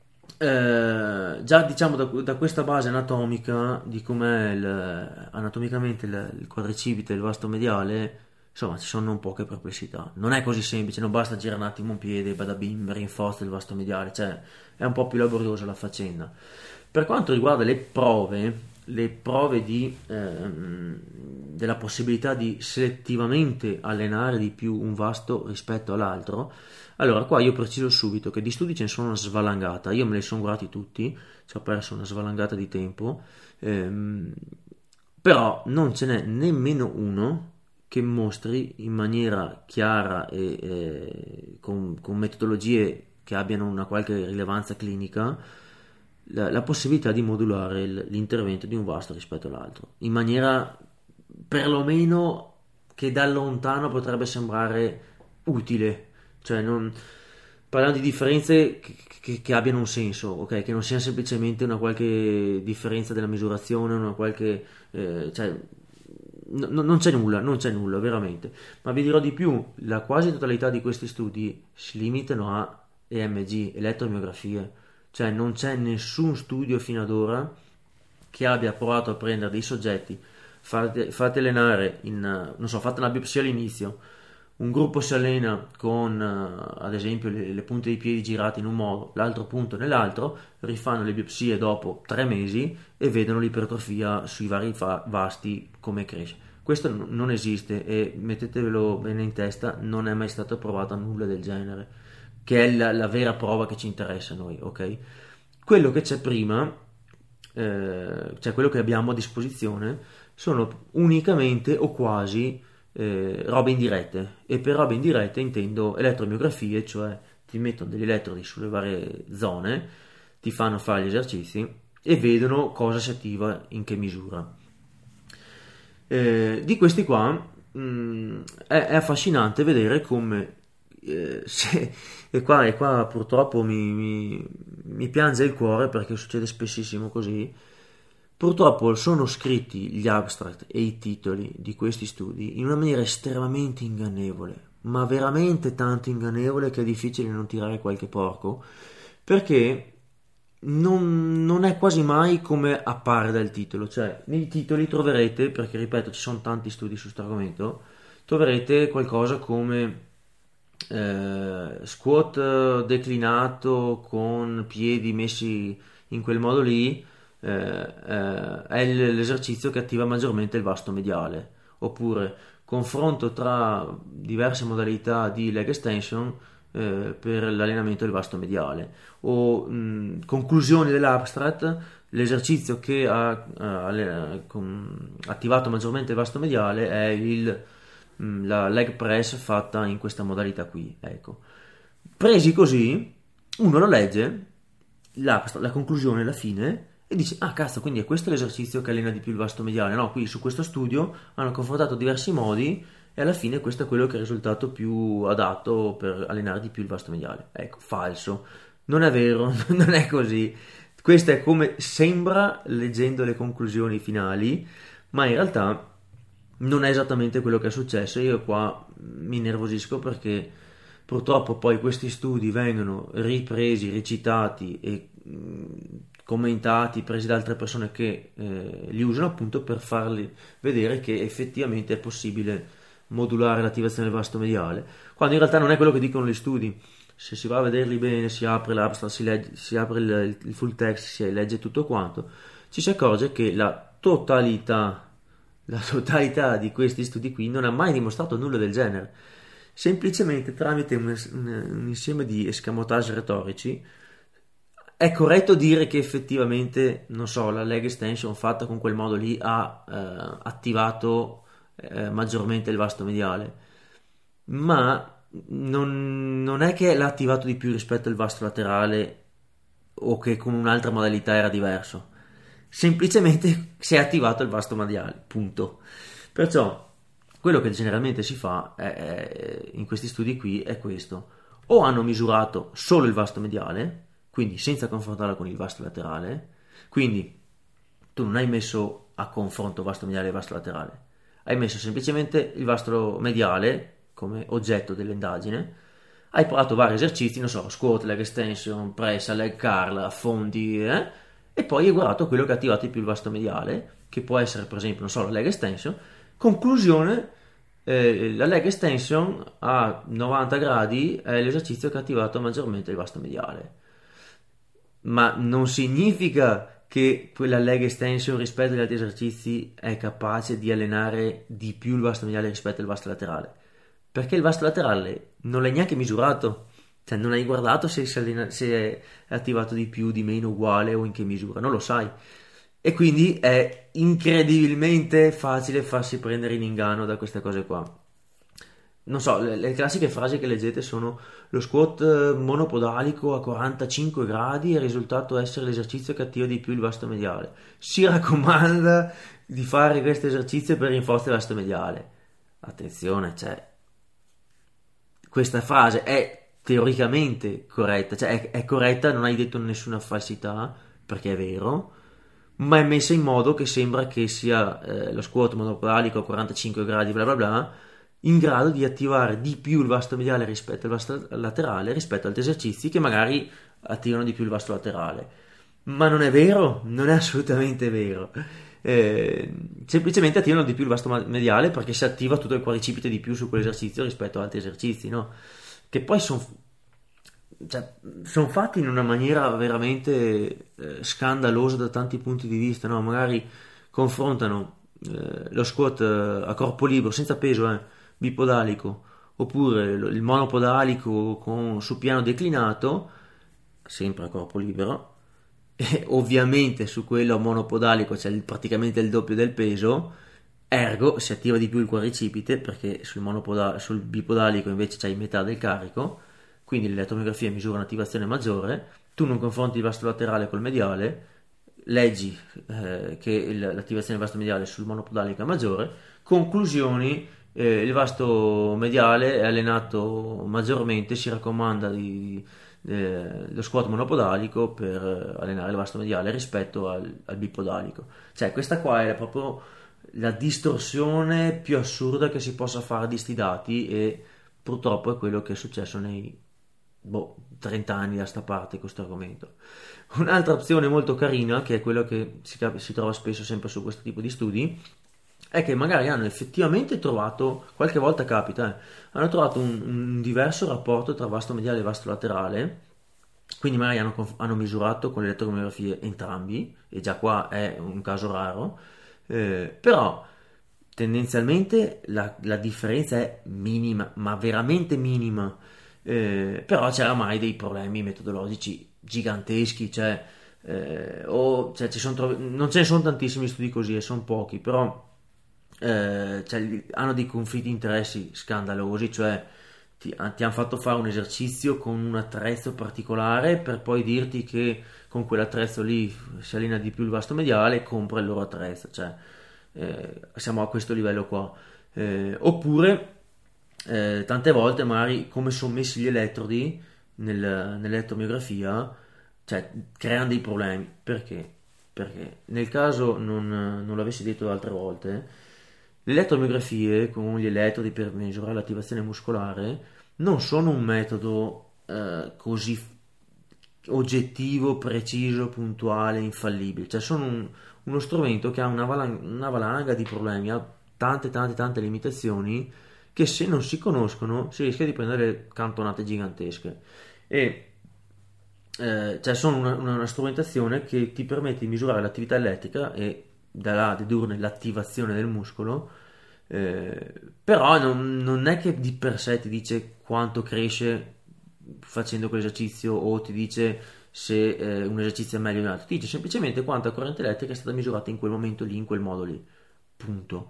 eh, già diciamo da, da questa base anatomica di com'è il, anatomicamente il, il quadricipite e il vasto mediale, insomma ci sono non poche perplessità. Non è così semplice, non basta girare un attimo un piede, badabim, rinforza il vasto mediale, cioè è un po' più laboriosa la faccenda. Per quanto riguarda le prove, le prove di, ehm, della possibilità di selettivamente allenare di più un vasto rispetto all'altro, allora qua io preciso subito che di studi ce ne sono una svalangata, io me li sono guardati tutti, ci ho perso una svalangata di tempo, ehm, però non ce n'è nemmeno uno che mostri in maniera chiara e eh, con, con metodologie che abbiano una qualche rilevanza clinica la, la possibilità di modulare il- l'intervento di un vasto rispetto all'altro, in maniera perlomeno che da lontano potrebbe sembrare utile, cioè non, parlando di differenze che, che- che abbiano un senso, ok? Che non sia semplicemente una qualche differenza della misurazione, una qualche, eh, cioè, no- no- non c'è nulla, non c'è nulla veramente. Ma vi dirò di più, la quasi totalità di questi studi si limitano a E M G, elettromiografie, cioè non c'è nessun studio fino ad ora che abbia provato a prendere dei soggetti, fate, fate allenare in, eh, non so, fate una biopsia all'inizio, un gruppo si allena con eh, ad esempio le, le punte dei piedi girate in un modo, l'altro punto nell'altro, rifanno le biopsie dopo tre mesi e vedono l'ipertrofia sui vari fa- vasti come cresce. Questo n- non esiste e mettetevelo bene in testa, non è mai stato provato nulla del genere, che è la, la vera prova che ci interessa a noi, ok? Quello che c'è prima, eh, cioè quello che abbiamo a disposizione, sono unicamente o quasi eh, robe indirette. E per robe indirette intendo elettromiografie, cioè ti mettono degli elettrodi sulle varie zone, ti fanno fare gli esercizi e vedono cosa si attiva in che misura. Eh, di questi qua mh, è, è affascinante vedere come eh, se- e qua, e qua purtroppo mi, mi- mi piange il cuore perché succede spessissimo così. Purtroppo sono scritti gli abstract e i titoli di questi studi in una maniera estremamente ingannevole, ma veramente tanto ingannevole che è difficile non tirare qualche porco, perché non, non è quasi mai come appare dal titolo, cioè nei titoli troverete, perché ripeto ci sono tanti studi su questo argomento, troverete qualcosa come eh, squat eh, declinato con piedi messi in quel modo lì, eh, eh, è il- l'esercizio che attiva maggiormente il vasto mediale, oppure confronto tra diverse modalità di leg extension eh, per l'allenamento del vasto mediale, o mh, conclusioni dell'abstract, l'esercizio che ha, ha- ha- con- attivato maggiormente il vasto mediale è il mm, la leg press fatta in questa modalità qui, ecco. Presi così, uno lo legge, la, la conclusione, la fine, e dici, ah cazzo, quindi è questo l'esercizio che allena di più il vasto mediale? No, qui su questo studio hanno confrontato diversi modi e alla fine questo è quello che è il risultato più adatto per allenare di più il vasto mediale. Ecco, falso, non è vero, non è così. Questo è come sembra leggendo le conclusioni finali, ma in realtà non è esattamente quello che è successo. Io qua mi innervosisco perché purtroppo poi questi studi vengono ripresi, recitati e mh, commentati, presi da altre persone che eh, li usano appunto per farli vedere che effettivamente è possibile modulare l'attivazione del vasto mediale, quando in realtà non è quello che dicono gli studi. Se si va a vederli bene, si apre l'abstract, si, legge, si apre il, il full text, si legge tutto quanto, ci si accorge che la totalità, la totalità di questi studi qui non ha mai dimostrato nulla del genere. Semplicemente tramite un, un, un insieme di escamotage retorici è corretto dire che effettivamente, non so, la leg extension fatta con quel modo lì ha eh, attivato eh, maggiormente il vasto mediale, ma non, non è che l'ha attivato di più rispetto al vasto laterale o che con un'altra modalità era diverso, semplicemente si è attivato il vasto mediale, punto. Perciò quello che generalmente si fa è, è, in questi studi qui è questo: o hanno misurato solo il vasto mediale, quindi senza confrontarlo con il vasto laterale, quindi tu non hai messo a confronto vasto mediale e vasto laterale, hai messo semplicemente il vasto mediale come oggetto dell'indagine, hai provato vari esercizi, non so, squat, leg extension, press, leg curl, affondi, eh? E poi hai guardato quello che ha attivato di più il vasto mediale, che può essere per esempio, non so, la leg extension. Conclusione, eh, la leg extension a novanta gradi è l'esercizio che ha attivato maggiormente il vasto mediale, ma non significa che quella leg extension rispetto agli altri esercizi è capace di allenare di più il vasto mediale rispetto al vasto laterale, perché il vasto laterale non l'hai neanche misurato, cioè non hai guardato se, si allena, se è attivato di più, di meno, uguale o in che misura, non lo sai, e quindi è incredibilmente facile farsi prendere in inganno da queste cose qua. Non so, le, le classiche frasi che leggete sono: lo squat monopodalico a quarantacinque gradi è risultato essere l'esercizio che attiva di più il vasto mediale. Si raccomanda di fare questo esercizio per rinforzare il vasto mediale. Attenzione, cioè, questa frase è teoricamente corretta, cioè è, è corretta, non hai detto nessuna falsità, perché è vero, ma è messa in modo che sembra che sia eh, lo squat monopodalico a quarantacinque gradi, bla bla bla, in grado di attivare di più il vasto mediale rispetto al vasto laterale, rispetto ad altri esercizi che magari attivano di più il vasto laterale. Ma non è vero, non è assolutamente vero. Eh, semplicemente attivano di più il vasto mediale perché si attiva tutto il quadricipite di più su quell'esercizio rispetto ad altri esercizi, no? Che poi sono cioè, son fatti in una maniera veramente eh, scandalosa da tanti punti di vista, no? Magari confrontano eh, lo squat eh, a corpo libero senza peso, eh, bipodalico, oppure il monopodalico con, su piano declinato, sempre a corpo libero, e ovviamente su quello monopodalico c'è il, praticamente il doppio del peso, ergo si attiva di più il quadricipite, perché sul, monopoda- sul bipodalico invece c'hai metà del carico, quindi l'elettromiografia misura un'attivazione maggiore. Tu non confronti il vasto laterale col mediale, leggi eh, che il, l'attivazione del vasto mediale sul monopodalico è maggiore, conclusioni: eh, il vasto mediale è allenato maggiormente, si raccomanda di, eh, lo squat monopodalico per allenare il vasto mediale rispetto al, al bipodalico. Cioè questa qua è proprio la distorsione più assurda che si possa fare di sti dati, e purtroppo è quello che è successo nei boh, trenta anni da sta parte con questo argomento. Un'altra opzione molto carina, che è quello che si, si trova spesso sempre su questo tipo di studi, è che magari hanno effettivamente trovato, qualche volta capita, eh, hanno trovato un, un diverso rapporto tra vasto mediale e vasto laterale, quindi magari hanno, hanno misurato con le elettromiografie entrambi, e già qua è un caso raro, eh, però tendenzialmente la, la differenza è minima, ma veramente minima. Eh, però c'era mai dei problemi metodologici giganteschi, cioè, eh, o, cioè ci sono tro- non ce ne sono tantissimi studi così, e sono pochi, però eh, cioè, hanno dei conflitti di interessi scandalosi, cioè ti, ti hanno fatto fare un esercizio con un attrezzo particolare per poi dirti che con quell'attrezzo lì si allena di più il vasto mediale, compra il loro attrezzo, cioè eh, siamo a questo livello qua. Eh, oppure eh, tante volte magari come sono messi gli elettrodi nel, nell'elettromiografia, cioè creano dei problemi. Perché? Perché nel caso non, non l'avessi detto altre volte, le elettromiografie con gli elettrodi per misurare l'attivazione muscolare non sono un metodo eh, così oggettivo, preciso, puntuale, infallibile, cioè sono un, uno strumento che ha una, valang- una valanga di problemi, ha tante tante tante limitazioni che se non si conoscono si rischia di prendere cantonate gigantesche e eh, cioè sono una, una, una strumentazione che ti permette di misurare l'attività elettrica e da là dedurne l'attivazione del muscolo, eh, però non, non è che di per sé ti dice quanto cresce facendo quell'esercizio o ti dice se eh, un esercizio è meglio di un altro, ti dice semplicemente quanta corrente elettrica è stata misurata in quel momento lì, in quel modo lì, punto.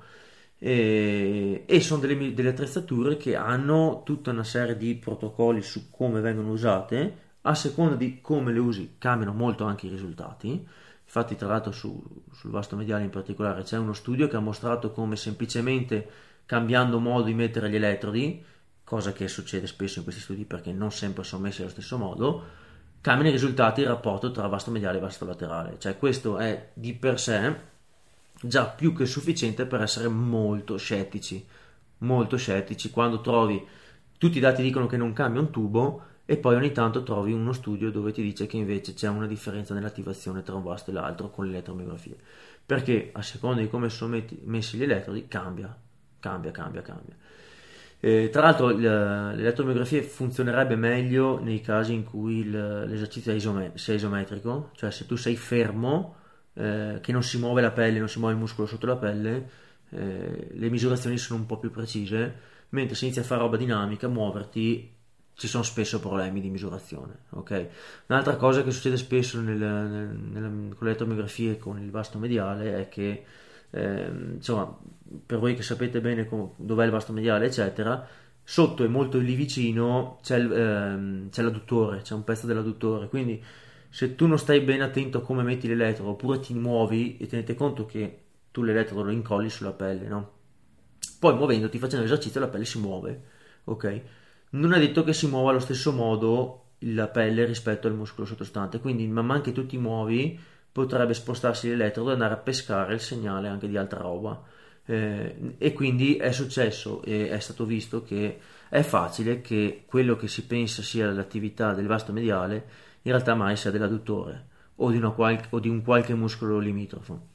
E, e sono delle, delle attrezzature che hanno tutta una serie di protocolli su come vengono usate, a seconda di come le usi cambiano molto anche i risultati. Infatti tra l'altro su, sul vasto mediale in particolare c'è uno studio che ha mostrato come semplicemente cambiando modo di mettere gli elettrodi, cosa che succede spesso in questi studi perché non sempre sono messi allo stesso modo, cambiano i risultati il rapporto tra vasto mediale e vasto laterale. Cioè questo è di per sé già più che sufficiente per essere molto scettici, molto scettici quando trovi tutti i dati dicono che non cambia un tubo e poi ogni tanto trovi uno studio dove ti dice che invece c'è una differenza nell'attivazione tra un vasto e l'altro con l'elettromiografia, perché a seconda di come sono messi gli elettrodi cambia, cambia, cambia, cambia. Eh, tra l'altro l'elettromiografia funzionerebbe meglio nei casi in cui l'esercizio è isome- sia isometrico, cioè se tu sei fermo, eh, che non si muove la pelle, non si muove il muscolo sotto la pelle, eh, le misurazioni sono un po' più precise, mentre se inizi a fare roba dinamica, muoverti, ci sono spesso problemi di misurazione, ok? Un'altra cosa che succede spesso nel, nel, nella, con le elettromiografie e con il vasto mediale è che eh, insomma, per voi che sapete bene com- dov'è il vasto mediale eccetera, sotto e molto lì vicino c'è, il, ehm, c'è l'adduttore, c'è un pezzo dell'adduttore, quindi se tu non stai bene attento a come metti l'elettrodo oppure ti muovi e tenete conto che tu l'elettrodo lo incolli sulla pelle, no? Poi muovendoti, facendo l'esercizio, la pelle si muove, ok? Non è detto che si muova allo stesso modo la pelle rispetto al muscolo sottostante, quindi man mano che tu ti muovi potrebbe spostarsi l'elettrodo e andare a pescare il segnale anche di altra roba, eh, e quindi è successo e è stato visto che è facile che quello che si pensa sia l'attività del vasto mediale in realtà mai sia dell'adduttore o di, una qual- o di un qualche muscolo limitrofo.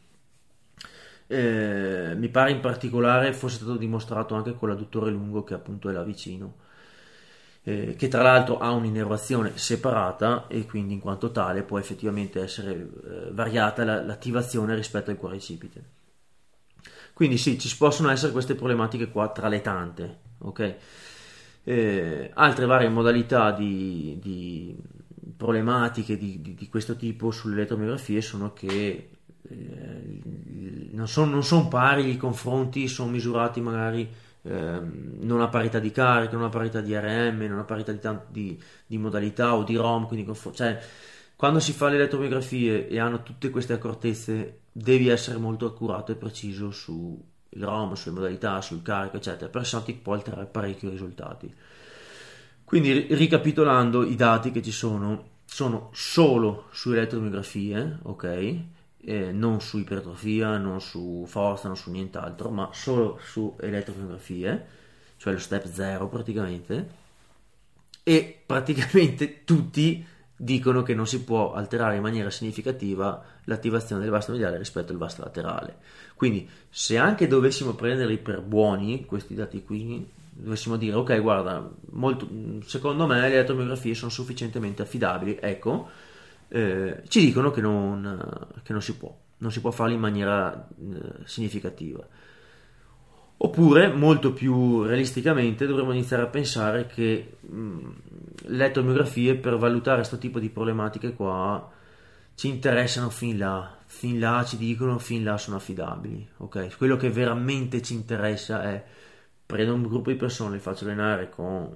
Eh, mi pare in particolare fosse stato dimostrato anche con l'adduttore lungo che appunto è là vicino, eh, che tra l'altro ha un'innervazione separata e quindi in quanto tale può effettivamente essere eh, variata la, l'attivazione rispetto al quadricipite. Quindi sì, ci possono essere queste problematiche qua tra le tante, ok? Eh, altre varie modalità di, di problematiche di, di, di questo tipo sulle elettromiografie sono che eh, non sono non son pari i confronti, sono misurati magari eh, non a parità di carica, non a parità di R M, non a parità di, di, di modalità o di ROM, quindi confr- cioè, quando si fa le elettromiografie e hanno tutte queste accortezze devi essere molto accurato e preciso sul ROM, sulle modalità, sul carico eccetera, perché sennò ti può alterare parecchio i risultati. Quindi ricapitolando, i dati che ci sono sono solo su elettromiografie, ok? Eh, non su ipertrofia, non su forza, non su nient'altro, ma solo su elettromiografie, cioè lo step zero praticamente, e praticamente tutti dicono che non si può alterare in maniera significativa l'attivazione del vasto mediale rispetto al vasto laterale. Quindi se anche dovessimo prenderli per buoni questi dati qui, dovessimo dire ok guarda, molto, secondo me le elettromiografie sono sufficientemente affidabili, ecco, eh, ci dicono che non, che non si può, non si può farlo in maniera eh, significativa. Oppure, molto più realisticamente, dovremmo iniziare a pensare che mh, le elettromiografie per valutare questo tipo di problematiche qua ci interessano fin là, fin là ci dicono, fin là sono affidabili, ok? Quello che veramente ci interessa è prendere un gruppo di persone, li faccio allenare con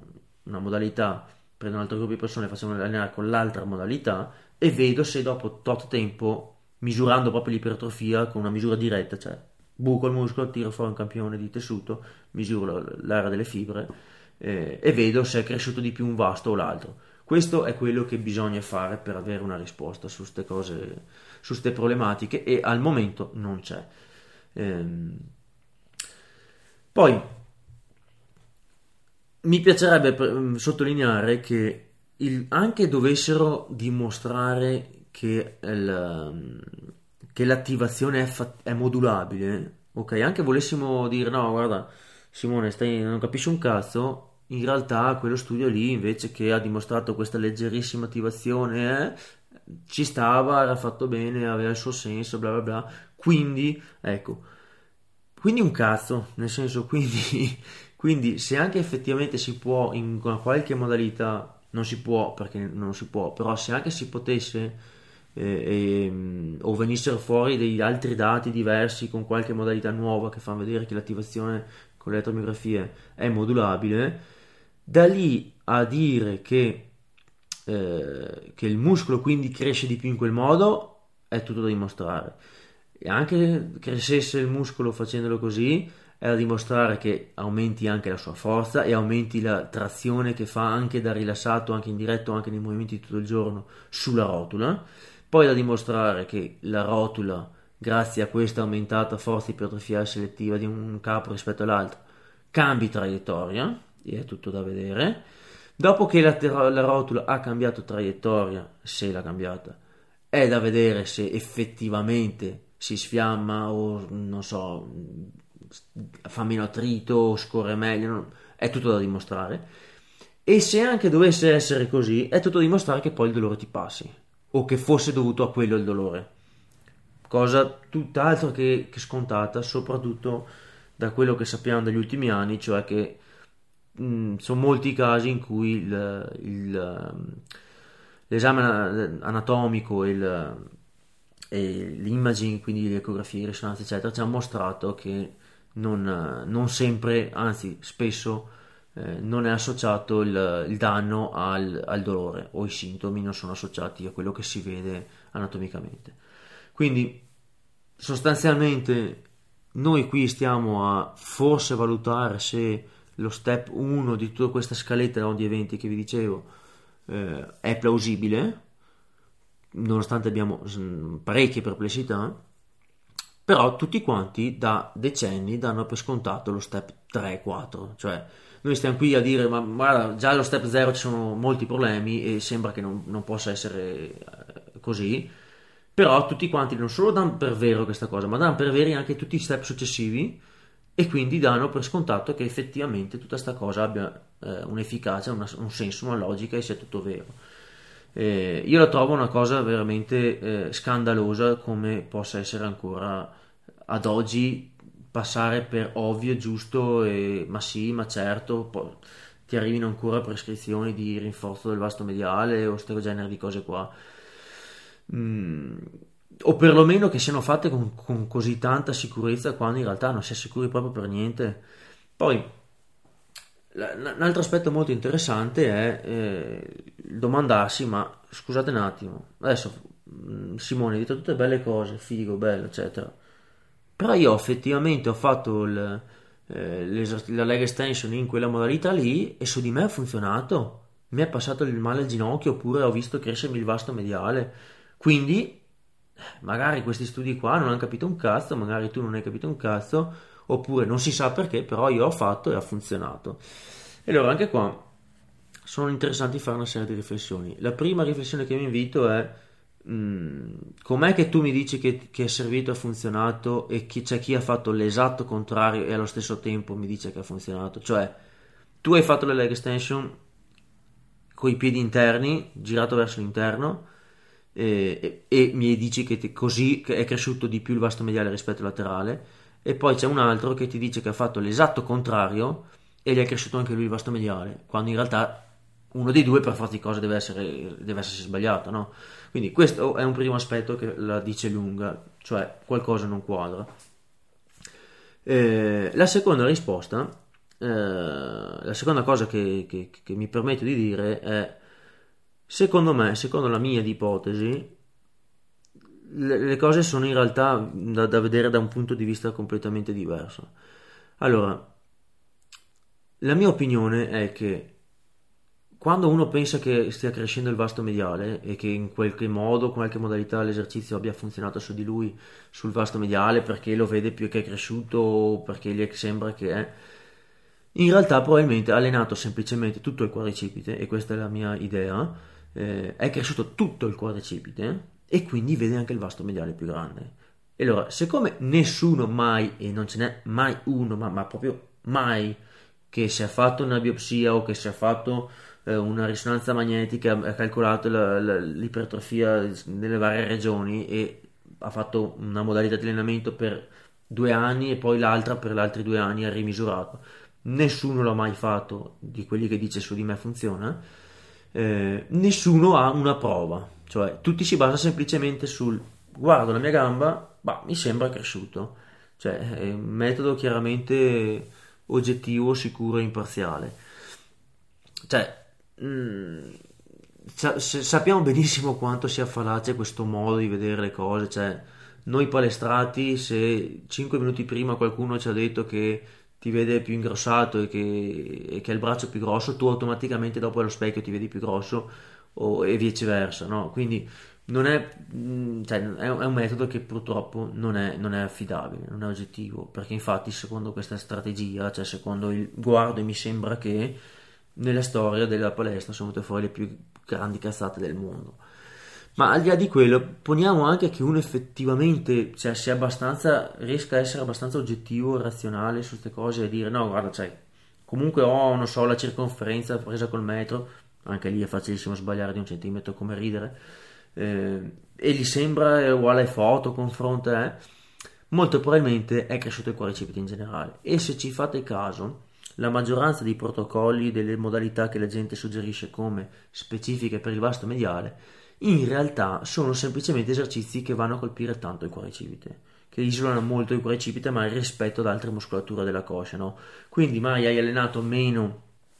una modalità, prendo un altro gruppo di persone, facciamo allenare con l'altra modalità e vedo se dopo tot tempo, misurando proprio l'ipertrofia con una misura diretta, cioè buco il muscolo, tiro fuori un campione di tessuto, misuro l'area delle fibre eh, e vedo se è cresciuto di più un vasto o l'altro. Questo è quello che bisogna fare per avere una risposta su queste cose, su queste problematiche, e al momento non c'è. Ehm, poi mi piacerebbe sottolineare che il, anche dovessero dimostrare che, il, che l'attivazione è, fa, è modulabile, ok? Anche volessimo dire no, guarda Simone, stai, non capisci un cazzo. In realtà quello studio lì, invece, che ha dimostrato questa leggerissima attivazione, eh, ci stava, era fatto bene, aveva il suo senso, bla bla bla. Quindi, ecco, quindi un cazzo, nel senso, quindi, quindi se anche effettivamente si può in una qualche modalità, non si può perché non si può, però se anche si potesse eh, eh, o venissero fuori degli altri dati diversi con qualche modalità nuova che fanno vedere che l'attivazione con le elettromiografie è modulabile, da lì a dire che, eh, che il muscolo quindi cresce di più in quel modo è tutto da dimostrare. E anche crescesse il muscolo facendolo così è da dimostrare che aumenti anche la sua forza e aumenti la trazione che fa anche da rilassato, anche in diretto, anche nei movimenti di tutto il giorno sulla rotula. Poi è da dimostrare che la rotula, grazie a questa aumentata forza ipertrofiale selettiva di un capo rispetto all'altro, cambi traiettoria, e è tutto da vedere. Dopo che la, la rotula ha cambiato traiettoria, se l'ha cambiata, è da vedere se effettivamente si sfiamma o non so, fa meno attrito o scorre meglio, non, è tutto da dimostrare. E se anche dovesse essere così, è tutto da dimostrare che poi il dolore ti passi, o che fosse dovuto a quello il dolore, cosa tutt'altro che, che scontata, soprattutto da quello che sappiamo dagli ultimi anni, cioè che mh, sono molti i casi in cui il, il, l'esame anatomico e, il, e l'imaging, quindi le ecografie, le risonanze eccetera, ci hanno mostrato che non, non sempre, anzi spesso eh, non è associato il, il danno al, al dolore, o i sintomi non sono associati a quello che si vede anatomicamente. Quindi sostanzialmente noi qui stiamo a forse valutare se lo step uno di tutta questa scaletta di eventi che vi dicevo eh, è plausibile, nonostante abbiamo parecchie perplessità, però tutti quanti da decenni danno per scontato lo step tre e quattro, cioè noi stiamo qui a dire ma guarda, già allo step zero ci sono molti problemi e sembra che non, non possa essere così, però tutti quanti non solo danno per vero questa cosa, ma danno per veri anche tutti i step successivi, e quindi danno per scontato che effettivamente tutta questa cosa abbia eh, un'efficacia, una, un senso, una logica e sia tutto vero. Eh, io la trovo una cosa veramente eh, scandalosa come possa essere ancora ad oggi passare per ovvio, giusto, e, ma sì, ma certo, poi ti arrivino ancora prescrizioni di rinforzo del vasto mediale o questo genere di cose qua. Mm, o perlomeno che siano fatte con, con così tanta sicurezza quando in realtà non si è sicuri proprio per niente. Poi un altro aspetto molto interessante è eh, domandarsi, ma scusate un attimo, adesso Simone dite tutte belle cose, figo, bello, eccetera, però io effettivamente ho fatto il, eh, la leg extension in quella modalità lì e su di me ha funzionato, mi è passato il male al ginocchio oppure ho visto crescermi il vasto mediale, quindi magari questi studi qua non hanno capito un cazzo, magari tu non hai capito un cazzo, oppure non si sa perché, però io ho fatto e ha funzionato. E allora anche qua sono interessanti fare una serie di riflessioni. La prima riflessione che mi invito è mh, com'è che tu mi dici che, che è servito e ha funzionato e chi, c'è chi ha fatto l'esatto contrario e allo stesso tempo mi dice che ha funzionato, cioè tu hai fatto la leg extension con i piedi interni, girato verso l'interno, e, e, e mi dici che te, così è cresciuto di più il vasto mediale rispetto al laterale, e poi c'è un altro che ti dice che ha fatto l'esatto contrario e gli è cresciuto anche lui il vasto mediale, quando in realtà uno dei due per forza di cose deve essere deve essersi sbagliato, no? Quindi questo è un primo aspetto che la dice lunga, cioè qualcosa non quadra. Eh, la seconda risposta eh, la seconda cosa che, che- che mi permetto di dire è, secondo me, secondo la mia ipotesi, le, le cose sono in realtà da, da vedere da un punto di vista completamente diverso. Allora, la mia opinione è che quando uno pensa che stia crescendo il vasto mediale e che in qualche modo, con qualche modalità l'esercizio abbia funzionato su di lui, sul vasto mediale, perché lo vede più che è cresciuto o perché gli sembra che è, in realtà probabilmente ha allenato semplicemente tutto il quadricipite, e questa è la mia idea, eh, è cresciuto tutto il quadricipite e quindi vede anche il vasto mediale più grande. E allora, siccome nessuno mai, e non ce n'è mai uno, ma, ma proprio mai, che si è fatto una biopsia o che si è fatto eh, una risonanza magnetica, ha calcolato la- la- l'ipertrofia nelle varie regioni e ha fatto una modalità di allenamento per due anni e poi l'altra per gli altri due anni ha rimisurato. Nessuno l'ha mai fatto di quelli che dice su di me funziona. Eh, nessuno ha una prova, cioè tutti si basa semplicemente sul guardo la mia gamba, ma mi sembra cresciuto. Cioè è un metodo chiaramente oggettivo, sicuro e imparziale. Cioè, mm, sa- se- sappiamo benissimo quanto sia fallace questo modo di vedere le cose. Cioè, noi palestrati, se cinque minuti prima qualcuno ci ha detto che ti vede più ingrossato e che, e che ha il braccio più grosso, tu automaticamente dopo allo specchio ti vedi più grosso o, e viceversa, no? Quindi non è, mm, cioè, è un è un metodo che purtroppo non è, non è affidabile, non è oggettivo, perché infatti secondo questa strategia, cioè secondo il guardo, mi sembra che nella storia della palestra sono venute fuori le più grandi cazzate del mondo. Ma al di là di quello, poniamo anche che uno effettivamente, cioè, sia abbastanza, riesca a essere abbastanza oggettivo e razionale su queste cose e dire no, guarda, cioè, comunque ho, non so, la circonferenza presa col metro, anche lì è facilissimo sbagliare di un centimetro, come ridere, eh, e gli sembra uguale ai foto, confronta, eh, molto probabilmente è cresciuto il quadricipite in generale. E se ci fate caso, la maggioranza dei protocolli, delle modalità che la gente suggerisce come specifiche per il vasto mediale, in realtà sono semplicemente esercizi che vanno a colpire tanto il quadricipite, che isolano molto il quadricipite ma rispetto ad altre muscolature della coscia, no? Quindi mai hai allenato meno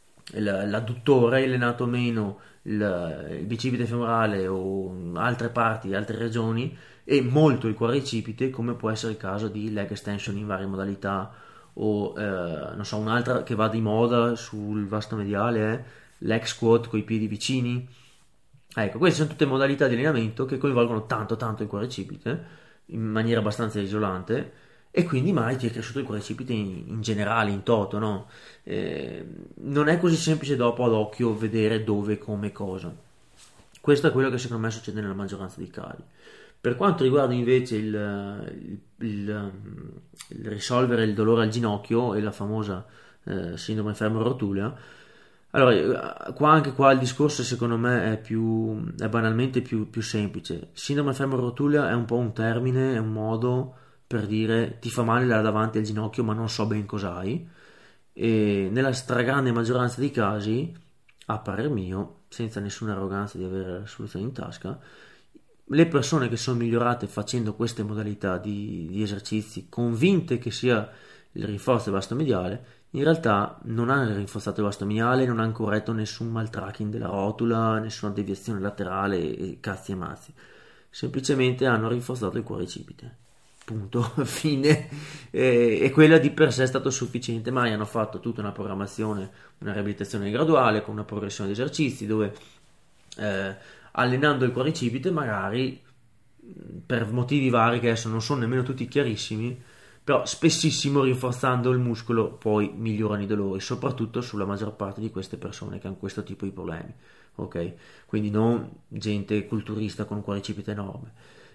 il- l'adduttore, hai allenato meno il, il bicipite femorale o altre parti, altre regioni e molto il quadricipite, come può essere il caso di leg extension in varie modalità o eh, non so, un'altra che va di moda sul vasto mediale è leg squat con i piedi vicini. Ecco, queste sono tutte modalità di allenamento che coinvolgono tanto tanto il quadricipite in maniera abbastanza isolante e quindi mai ti è cresciuto il quadricipite in, in generale, in toto, no? Eh, non è così semplice dopo ad occhio vedere dove, come, cosa. Questo è quello che secondo me succede nella maggioranza dei casi. Per quanto riguarda invece il, il- il, um, il risolvere il dolore al ginocchio e la famosa eh, sindrome femoro-rotulia, allora, eh, qua anche qua il discorso secondo me è più, è banalmente più, più semplice. Sindrome femoro-rotulia è un po' un termine, è un modo per dire ti fa male là davanti al ginocchio ma non so ben cos'hai, e nella stragrande maggioranza dei casi, a parer mio, senza nessuna arroganza di avere la soluzione in tasca, le persone che sono migliorate facendo queste modalità di, di esercizi, convinte che sia il rinforzo del vasto mediale, in realtà non hanno rinforzato il vasto mediale, non hanno corretto nessun maltracking della rotula, nessuna deviazione laterale e cazzi e mazzi. Semplicemente hanno rinforzato il quadricipite. Punto, fine. E, e quella di per sé è stato sufficiente, ma hanno fatto tutta una programmazione, una riabilitazione graduale con una progressione di esercizi dove eh, allenando il quadricipite magari per motivi vari che adesso non sono nemmeno tutti chiarissimi, però spessissimo rinforzando il muscolo poi migliorano i dolori, soprattutto sulla maggior parte di queste persone che hanno questo tipo di problemi, ok? Quindi non gente culturista con un quadricipite enorme.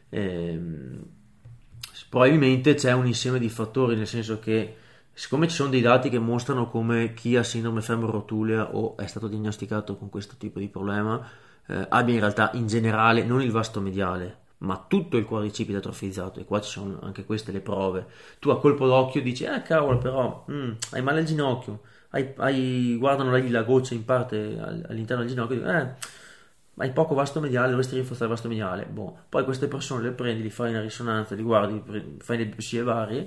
Ehm, probabilmente c'è un insieme di fattori, nel senso che siccome ci sono dei dati che mostrano come chi ha sindrome femoro-rotulia o è stato diagnosticato con questo tipo di problema eh, abbia in realtà in generale non il vasto mediale ma tutto il quadricipite atrofizzato, e qua ci sono anche queste le prove. Tu a colpo d'occhio dici ah cavolo, però mm, hai male al ginocchio, hai, hai, guardano lì la goccia in parte all'interno del ginocchio, dicono, eh hai poco vasto mediale, dovresti rinforzare il vasto mediale. Boh. Poi queste persone le prendi, li fai una risonanza, li guardi, fai le biopsie varie,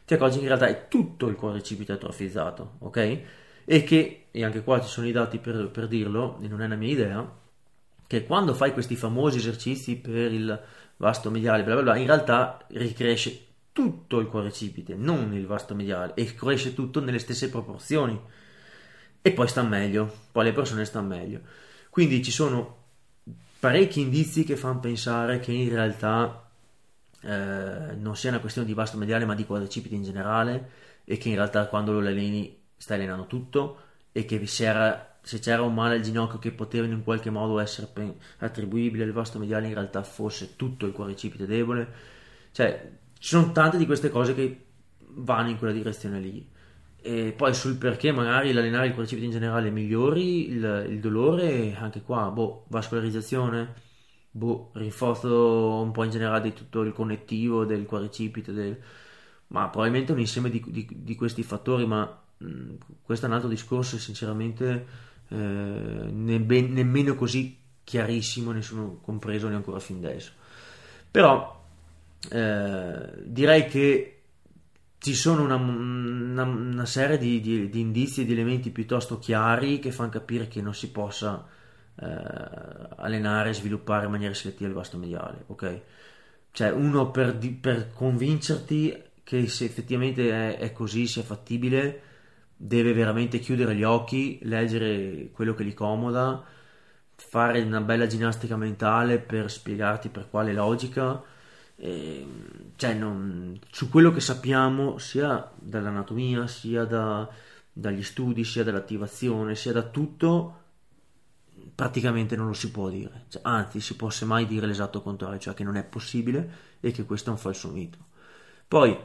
ti accorgi che in realtà è tutto il quadricipite atrofizzato, ok? E che, e anche qua ci sono i dati per, per dirlo, e non è una mia idea, che quando fai questi famosi esercizi per il vasto mediale, bla bla bla, in realtà ricresce tutto il quadricipite, non il vasto mediale, e cresce tutto nelle stesse proporzioni. E poi sta meglio, poi le persone stanno meglio. Quindi ci sono parecchi indizi che fanno pensare che in realtà eh, non sia una questione di vasto mediale ma di quadricipite in generale, e che in realtà quando lo alleni stai allenando tutto, e che se, era, se c'era un male al ginocchio che poteva in qualche modo essere attribuibile al vasto mediale, in realtà fosse tutto il quadricipite debole. Cioè ci sono tante di queste cose che vanno in quella direzione lì. E poi sul perché magari l'allenare il quadricipite in generale migliori il, il dolore, anche qua, boh, vascolarizzazione, boh, rinforzo un po' in generale di tutto il connettivo del quadricipite, del... ma probabilmente un insieme di, di, di questi fattori, ma mh, questo è un altro discorso e sinceramente eh, ne ben, nemmeno così chiarissimo, nessuno compreso ne ancora fin adesso. Però eh, direi che ci sono una, una, una serie di, di, di indizi e di elementi piuttosto chiari che fanno capire che non si possa eh, allenare e sviluppare in maniera selettiva il vasto mediale, ok? Cioè uno per, di, per convincerti che se effettivamente è, è così, sia fattibile, deve veramente chiudere gli occhi, leggere quello che gli comoda, fare una bella ginnastica mentale per spiegarti per quale logica. Eh, cioè non, su quello che sappiamo sia dall'anatomia, sia da, dagli studi, sia dall'attivazione, sia da tutto, praticamente non lo si può dire, cioè, anzi si può semmai dire l'esatto contrario, cioè che non è possibile e che questo è un falso mito. Poi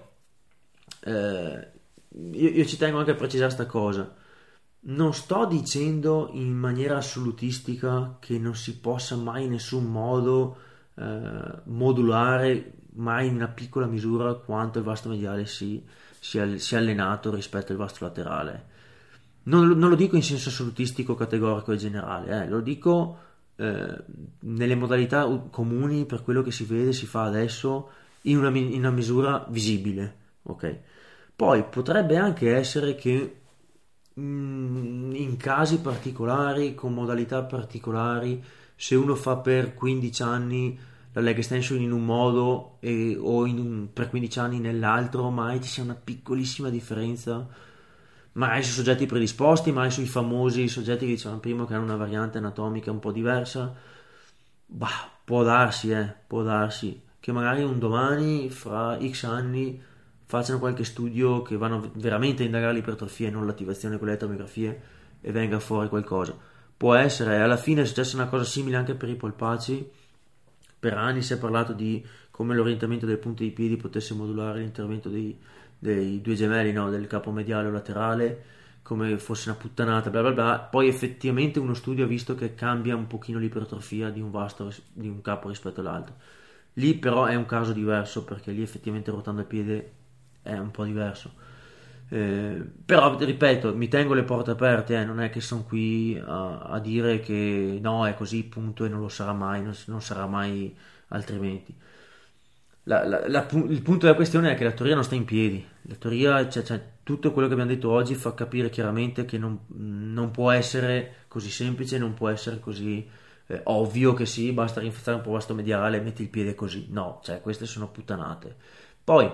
eh, io, io ci tengo anche a precisare questa cosa: non sto dicendo in maniera assolutistica che non si possa mai in nessun modo eh, modulare mai in una piccola misura quanto il vasto mediale si sia, sia allenato rispetto al vasto laterale. Non, non lo dico in senso assolutistico, categorico e generale, eh, lo dico eh, nelle modalità comuni, per quello che si vede, si fa adesso in una, in una misura visibile, ok? Poi potrebbe anche essere che mh, in casi particolari, con modalità particolari, se uno fa per quindici anni la leg extension in un modo e, o in, per quindici anni nell'altro, mai ci sia una piccolissima differenza, magari su soggetti predisposti, magari sui famosi soggetti che dicevamo prima che hanno una variante anatomica un po' diversa. Bah, può darsi, eh, può darsi che magari un domani, fra X anni, facciano qualche studio che vanno veramente a indagare l'ipertrofia e non l'attivazione con le elettromiografie e venga fuori qualcosa. Può essere, alla fine è successa una cosa simile anche per i polpaci. Per anni si è parlato di come l'orientamento delle punte dei piedi potesse modulare l'intervento dei, dei due gemelli, no? Del capo mediale o laterale, come fosse una puttanata, bla bla bla. Poi effettivamente uno studio ha visto che cambia un pochino l'ipertrofia di un vasto, di un capo rispetto all'altro. Lì però è un caso diverso, perché lì effettivamente ruotando il piede è un po' diverso. Eh, però ripeto, mi tengo le porte aperte, eh, non è che sono qui a, a dire che no, è così punto e non lo sarà mai, non, non sarà mai altrimenti. La, la, la, il punto della questione è che la teoria non sta in piedi. La teoria, cioè, cioè, tutto quello che abbiamo detto oggi fa capire chiaramente che non, non può essere così semplice, non può essere così eh, ovvio che sì, basta rinforzare un po' vasto mediale e metti il piede così. No, cioè queste sono puttanate. Poi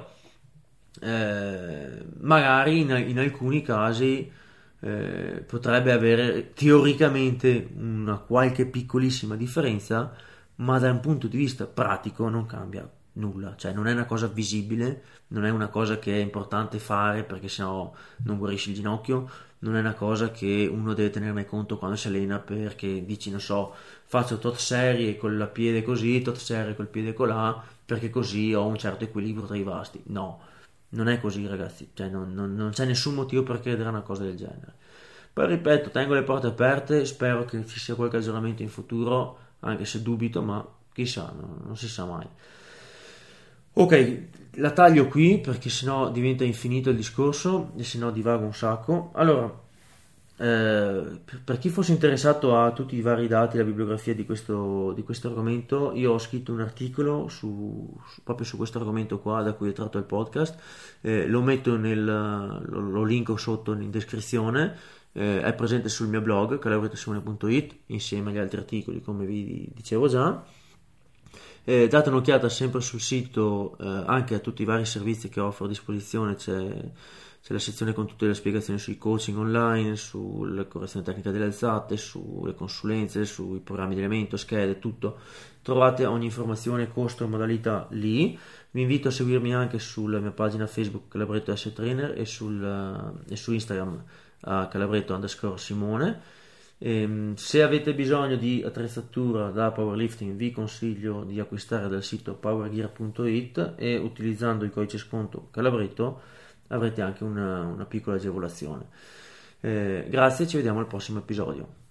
Eh, magari in, in alcuni casi eh, potrebbe avere teoricamente una qualche piccolissima differenza, ma da un punto di vista pratico non cambia nulla, cioè non è una cosa visibile, non è una cosa che è importante fare perché sennò non guarisci il ginocchio, non è una cosa che uno deve tenerne conto quando si allena, perché dici non so, faccio tot serie con la piede così, tot serie col piede colà, perché così ho un certo equilibrio tra i vasti. No, non è così, ragazzi, cioè non, non, non c'è nessun motivo per credere a una cosa del genere. Poi ripeto, tengo le porte aperte, spero che ci sia qualche aggiornamento in futuro, anche se dubito, ma chissà, non, non si sa mai. Ok, la taglio qui perché sennò diventa infinito il discorso e sennò divago un sacco. Allora, eh, per per chi fosse interessato a tutti i vari dati, la bibliografia di questo, di questo argomento, io ho scritto un articolo su, su- proprio su questo argomento qua da cui è tratto il podcast. Eh, lo metto nel, lo, lo linko sotto in descrizione. Eh, è presente sul mio blog calabretossimone punto it insieme agli altri articoli, come vi dicevo già. Eh, date un'occhiata sempre sul sito, eh, anche a tutti i vari servizi che offro a disposizione. C'è, c'è la sezione con tutte le spiegazioni sui coaching online, sulla correzione tecnica delle alzate, sulle consulenze, sui programmi di elemento, schede, tutto. Trovate ogni informazione, costo e modalità lì. Vi invito a seguirmi anche sulla mia pagina Facebook Calabretto S Trainer e, sul, eh, e su Instagram a calabretto underscore Simone. Ehm, se avete bisogno di attrezzatura da powerlifting, vi consiglio di acquistare dal sito powergear punto it, e utilizzando il codice sconto Calabretto avrete anche una, una piccola agevolazione. Eh, grazie, ci vediamo al prossimo episodio.